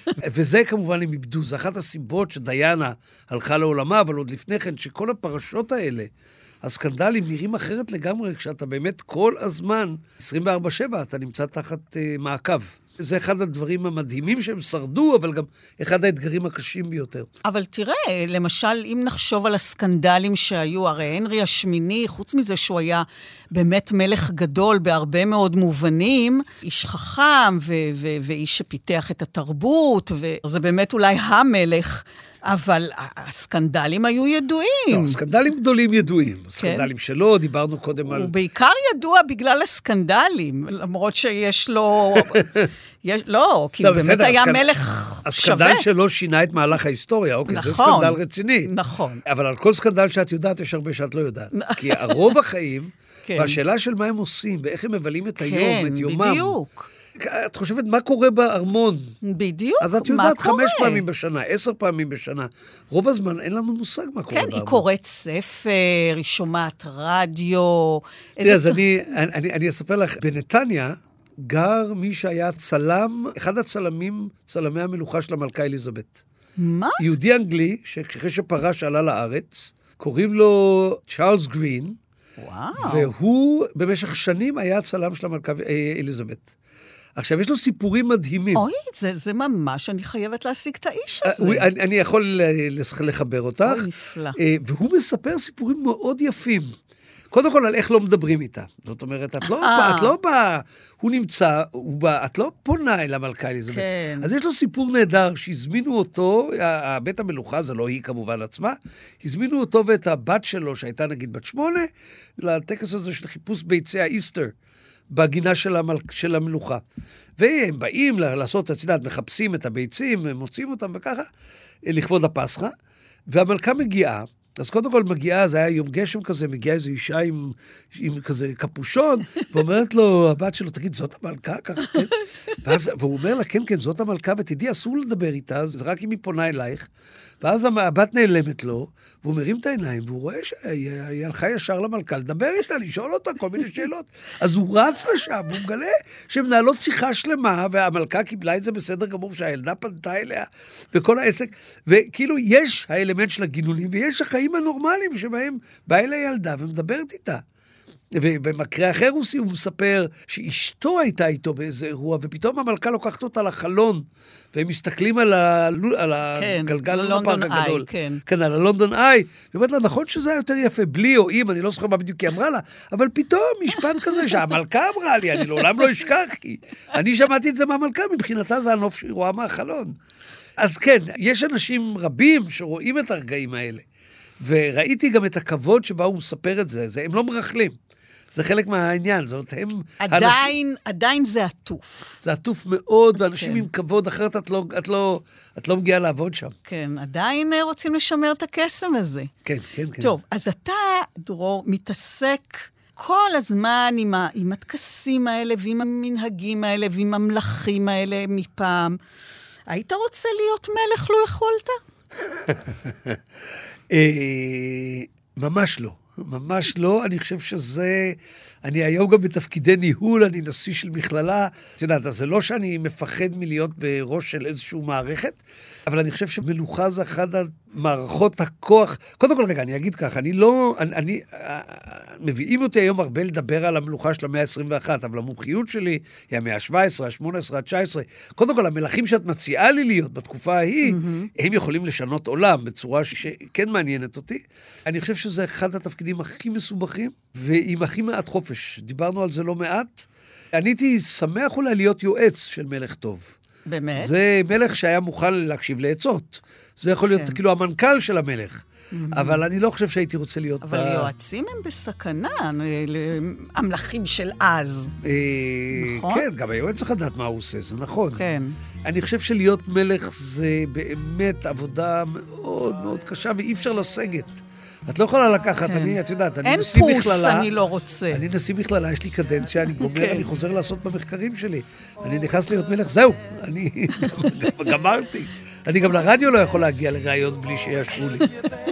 וזה כמובן הם איבדו. זה אחת הסיבות שדיינה הלכה לעולמה, אבל עוד לפני כן, שכל הפרשות האלה, הסקנדלים נראים אחרת לגמרי, כשאתה באמת כל הזמן, עשרים וארבע שבע, אתה נמצא תחת uh, מעקב. זה אחד הדברים המדהימים שהם שרדו, אבל גם אחד האתגרים הקשים ביותר. אבל תראה, למשל, אם נחשוב על הסקנדלים שהיו, הרי הנרי השמיני, חוץ מזה שהוא היה באמת מלך גדול בהרבה מאוד מובנים, איש חכם ו- ו- ואיש שפיתח את התרבות, וזה באמת אולי המלך, אבל הסקנדלים היו ידועים. לא, סקנדלים גדולים ידועים. כן. סקנדלים שלו, דיברנו קודם על... הוא בעיקר ידוע בגלל הסקנדלים, למרות שיש לו... יש... לא, כי לא, באמת בסדר, היה הסקנד... מלך הסקנדל שווה. שלו שינה את מהלך ההיסטוריה, אוקיי, נכון, זה סקנדל רציני. נכון. אבל על כל סקנדל שאת יודעת, יש הרבה שאת לא יודעת. כי הרוב החיים, כן. והשאלה של מה הם עושים, ואיך הם מבלים את היום, כן, את יומם. כן, בדיוק. את חושבת מה קורה בארמון? בדיוק, אז את יודעת חמש פעמים בשנה, עשר פעמים בשנה. רוב הזמן אין לנו מושג מה קורה בארמון. כן, היא קוראת ספר, היא שומעת רדיו. אז אני אספר לך, בנתניה גר מי שהיה צלם, אחד הצלמים, צלמי המלוכה של המלכה אליזבת. מה? יהודי אנגלי, שאחרי שפרש עלה לארץ, קוראים לו צ'ארלס גרין, וואו. והוא במשך שנים היה צלם של המלכה אליזבת. עכשיו, יש לו סיפורים מדהימים. אוי, זה, זה ממש, אני חייבת להשיג את האיש הזה. הוא, אני, אני יכול לחבר אותך. אוי, נפלא. והוא מספר סיפורים מאוד יפים. קודם כל, על איך לא מדברים איתה. זאת אומרת, את לא באה, את לא באה, הוא נמצא, הוא בא, את לא פונה אל המלכה אליזבת. כן. אז יש לו סיפור נהדר, שהזמינו אותו, בית המלוכה, זה לא היא כמובן עצמה, הזמינו אותו ואת הבת שלו, שהייתה נגיד בת שמונה, לטקס הזה של חיפוש ביצי האיסטר. בגינה של, המל... של המלוכה. והם באים לעשות, את יודעת, מחפשים את הביצים, מוצאים אותם וככה, לכבוד הפסחה, והמלכה מגיעה, אז קודם כל מגיעה, זה היה יום גשם כזה, מגיעה איזו אישה עם, עם כזה קפושון, ואומרת לו, הבת שלו, תגיד, זאת המלכה? ככה, כן? ואז, והוא אומר לה, כן, כן, זאת המלכה, ותדעי, אסור לדבר איתה, זה רק אם היא פונה אלייך, ואז הבת נעלמת לו, והוא מרים את העיניים, והוא רואה שהיא הלכה ישר למלכה, לדבר איתה, לשאול אותה כל מיני שאלות. אז הוא רץ לשם, והוא מגלה שמנהלות שיחה שלמה, והמלכה קיבלה את זה בסדר גמור, שהילדה פנתה אליה, וכל העסק, וכאילו יש האלמנט של הגינונים, ויש החיים הנורמליים שבהם באה אל הילדה ומדברת איתה. ובמקרה אחר הוא מספר שאשתו הייתה איתו באיזה אירוע, ופתאום המלכה לוקחת אותה לחלון, והם מסתכלים על, ה... על הגלגל, כן, ללונדון איי, כן. כן, על הלונדון איי, ואומרת לה, נכון שזה היה יותר יפה, בלי או אם, אני לא זוכר מה בדיוק היא אמרה לה, אבל פתאום משפט כזה שהמלכה אמרה לי, אני לעולם לא אשכח, כי אני שמעתי את זה מהמלכה, מבחינתה זה הנוף שהיא רואה מהחלון. אז כן, יש אנשים רבים שרואים את הרגעים האלה, וראיתי גם את הכבוד שבה הוא מספר את זה, זה הם לא מרחלים. זה חלק מהעניין, זאת הם... עדיין, אנשים... עדיין זה עטוף. זה עטוף מאוד, ואנשים כן. עם כבוד, אחרת את לא, את לא, את לא מגיעה לעבוד שם. כן, עדיין רוצים לשמר את הקסם הזה. כן, כן, כן. טוב, אז אתה, דרור, מתעסק כל הזמן עם, ה, עם הטקסים האלה, ועם המנהגים האלה, ועם המלכים האלה מפעם. היית רוצה להיות מלך, לא יכולת? ממש לא. ממש לא, אני חושב שזה, אני היום גם בתפקידי ניהול, אני נשיא של מכללה, את יודעת, זה לא שאני מפחד מלהיות בראש של איזושהי מערכת, אבל אני חושב שמלוכה זה אחד המערכות הכוח, קודם כל רגע, אני אגיד ככה, אני לא, אני, אני מביאים אותי היום הרבה לדבר על המלוכה של המאה ה-עשרים ואחת, אבל המומחיות שלי היא המאה ה-שבע עשרה, ה-שמונה עשרה, ה-תשע עשרה, קודם כל, המלכים שאת מציעה לי להיות בתקופה ההיא, mm-hmm. הם יכולים לשנות עולם בצורה שכן מעניינת אותי. אני חושב שזה אחד התפקידים הכי מסובכים, ועם הכי מעט חופש. דיברנו על זה לא מעט. אני הייתי שמח אולי להיות יועץ של מלך טוב. באמת? זה מלך שהיה מוכן להקשיב לעצות. זה יכול להיות כן. כאילו המנכ"ל של המלך. Mm-hmm. אבל אני לא חושב שהייתי רוצה להיות... אבל ה... יועצים הם בסכנה, המלכים של אז. אה, נכון? כן, גם היועץ צריך לדעת מה הוא עושה, זה נכון. כן. אני חושב שלהיות מלך זה באמת עבודה מאוד מאוד קשה, ואי אפשר לסגת. את לא יכולה לקחת, כן. אני, את יודעת, אני נשיא מכללה. אין פוס, אני לא רוצה. אני נשיא מכללה, יש לי קדנציה, אני גומר, כן. אני חוזר לעשות במחקרים שלי. אני נכנס להיות מלך, זהו, אני גמרתי. אני גם לרדיו לא יכול להגיע לראיון בלי שישבו לי.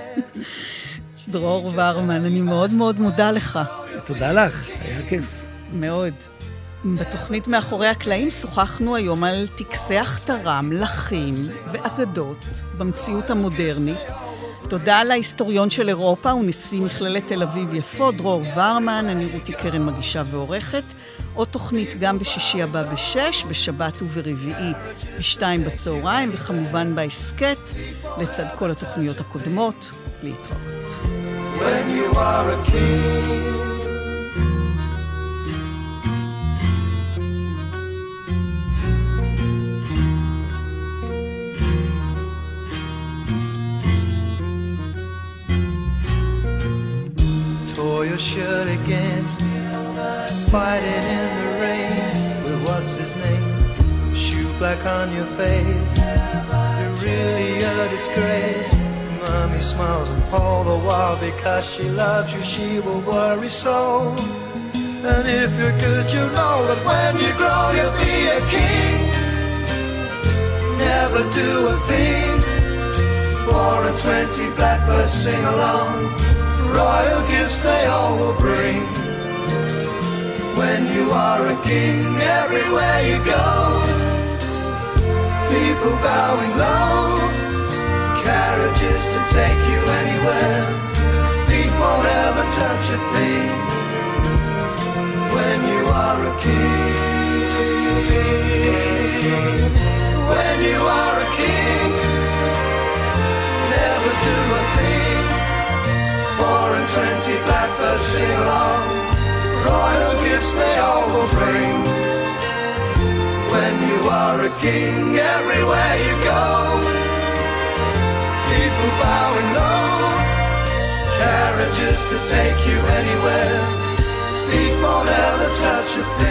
דרור ורמן, אני מאוד מאוד מודה לך. תודה לך, היה כיף. מאוד. בתוכנית מאחורי הקלעים שוחחנו היום על טקסי הכתרה, מלכים ואגדות במציאות המודרנית. תודה להיסטוריון של אירופה ונשיא מכללת תל אביב יפו, דרור ורמן, אני רותי קרן מגישה ועורכת. עוד תוכנית גם בשישי הבא בשש, בשבת וברביעי בשתיים בצהריים, וכמובן בעסקת, לצד כל התוכניות הקודמות. להתראות. When you are a king Tore your shirt again, fighting in the rain with what's his name, shoe black on your face, you're really a disgrace. Mommy smiles and all the while because she loves you, she will worry so. And if you're good, you know that when you grow, you'll be a king. Never do a thing, four and twenty blackbirds sing along. Royal gifts they all will bring. When you are a king, everywhere you go, people bowing low, carriages to take you anywhere, feet won't ever touch a thing. When you are a king, when you are a king, never do a thing, four and twenty blackbirds sing along, royal gifts they all will bring. When you are a king, everywhere you go, people bowing low, carriages to take you anywhere, feet won't ever touch a thing.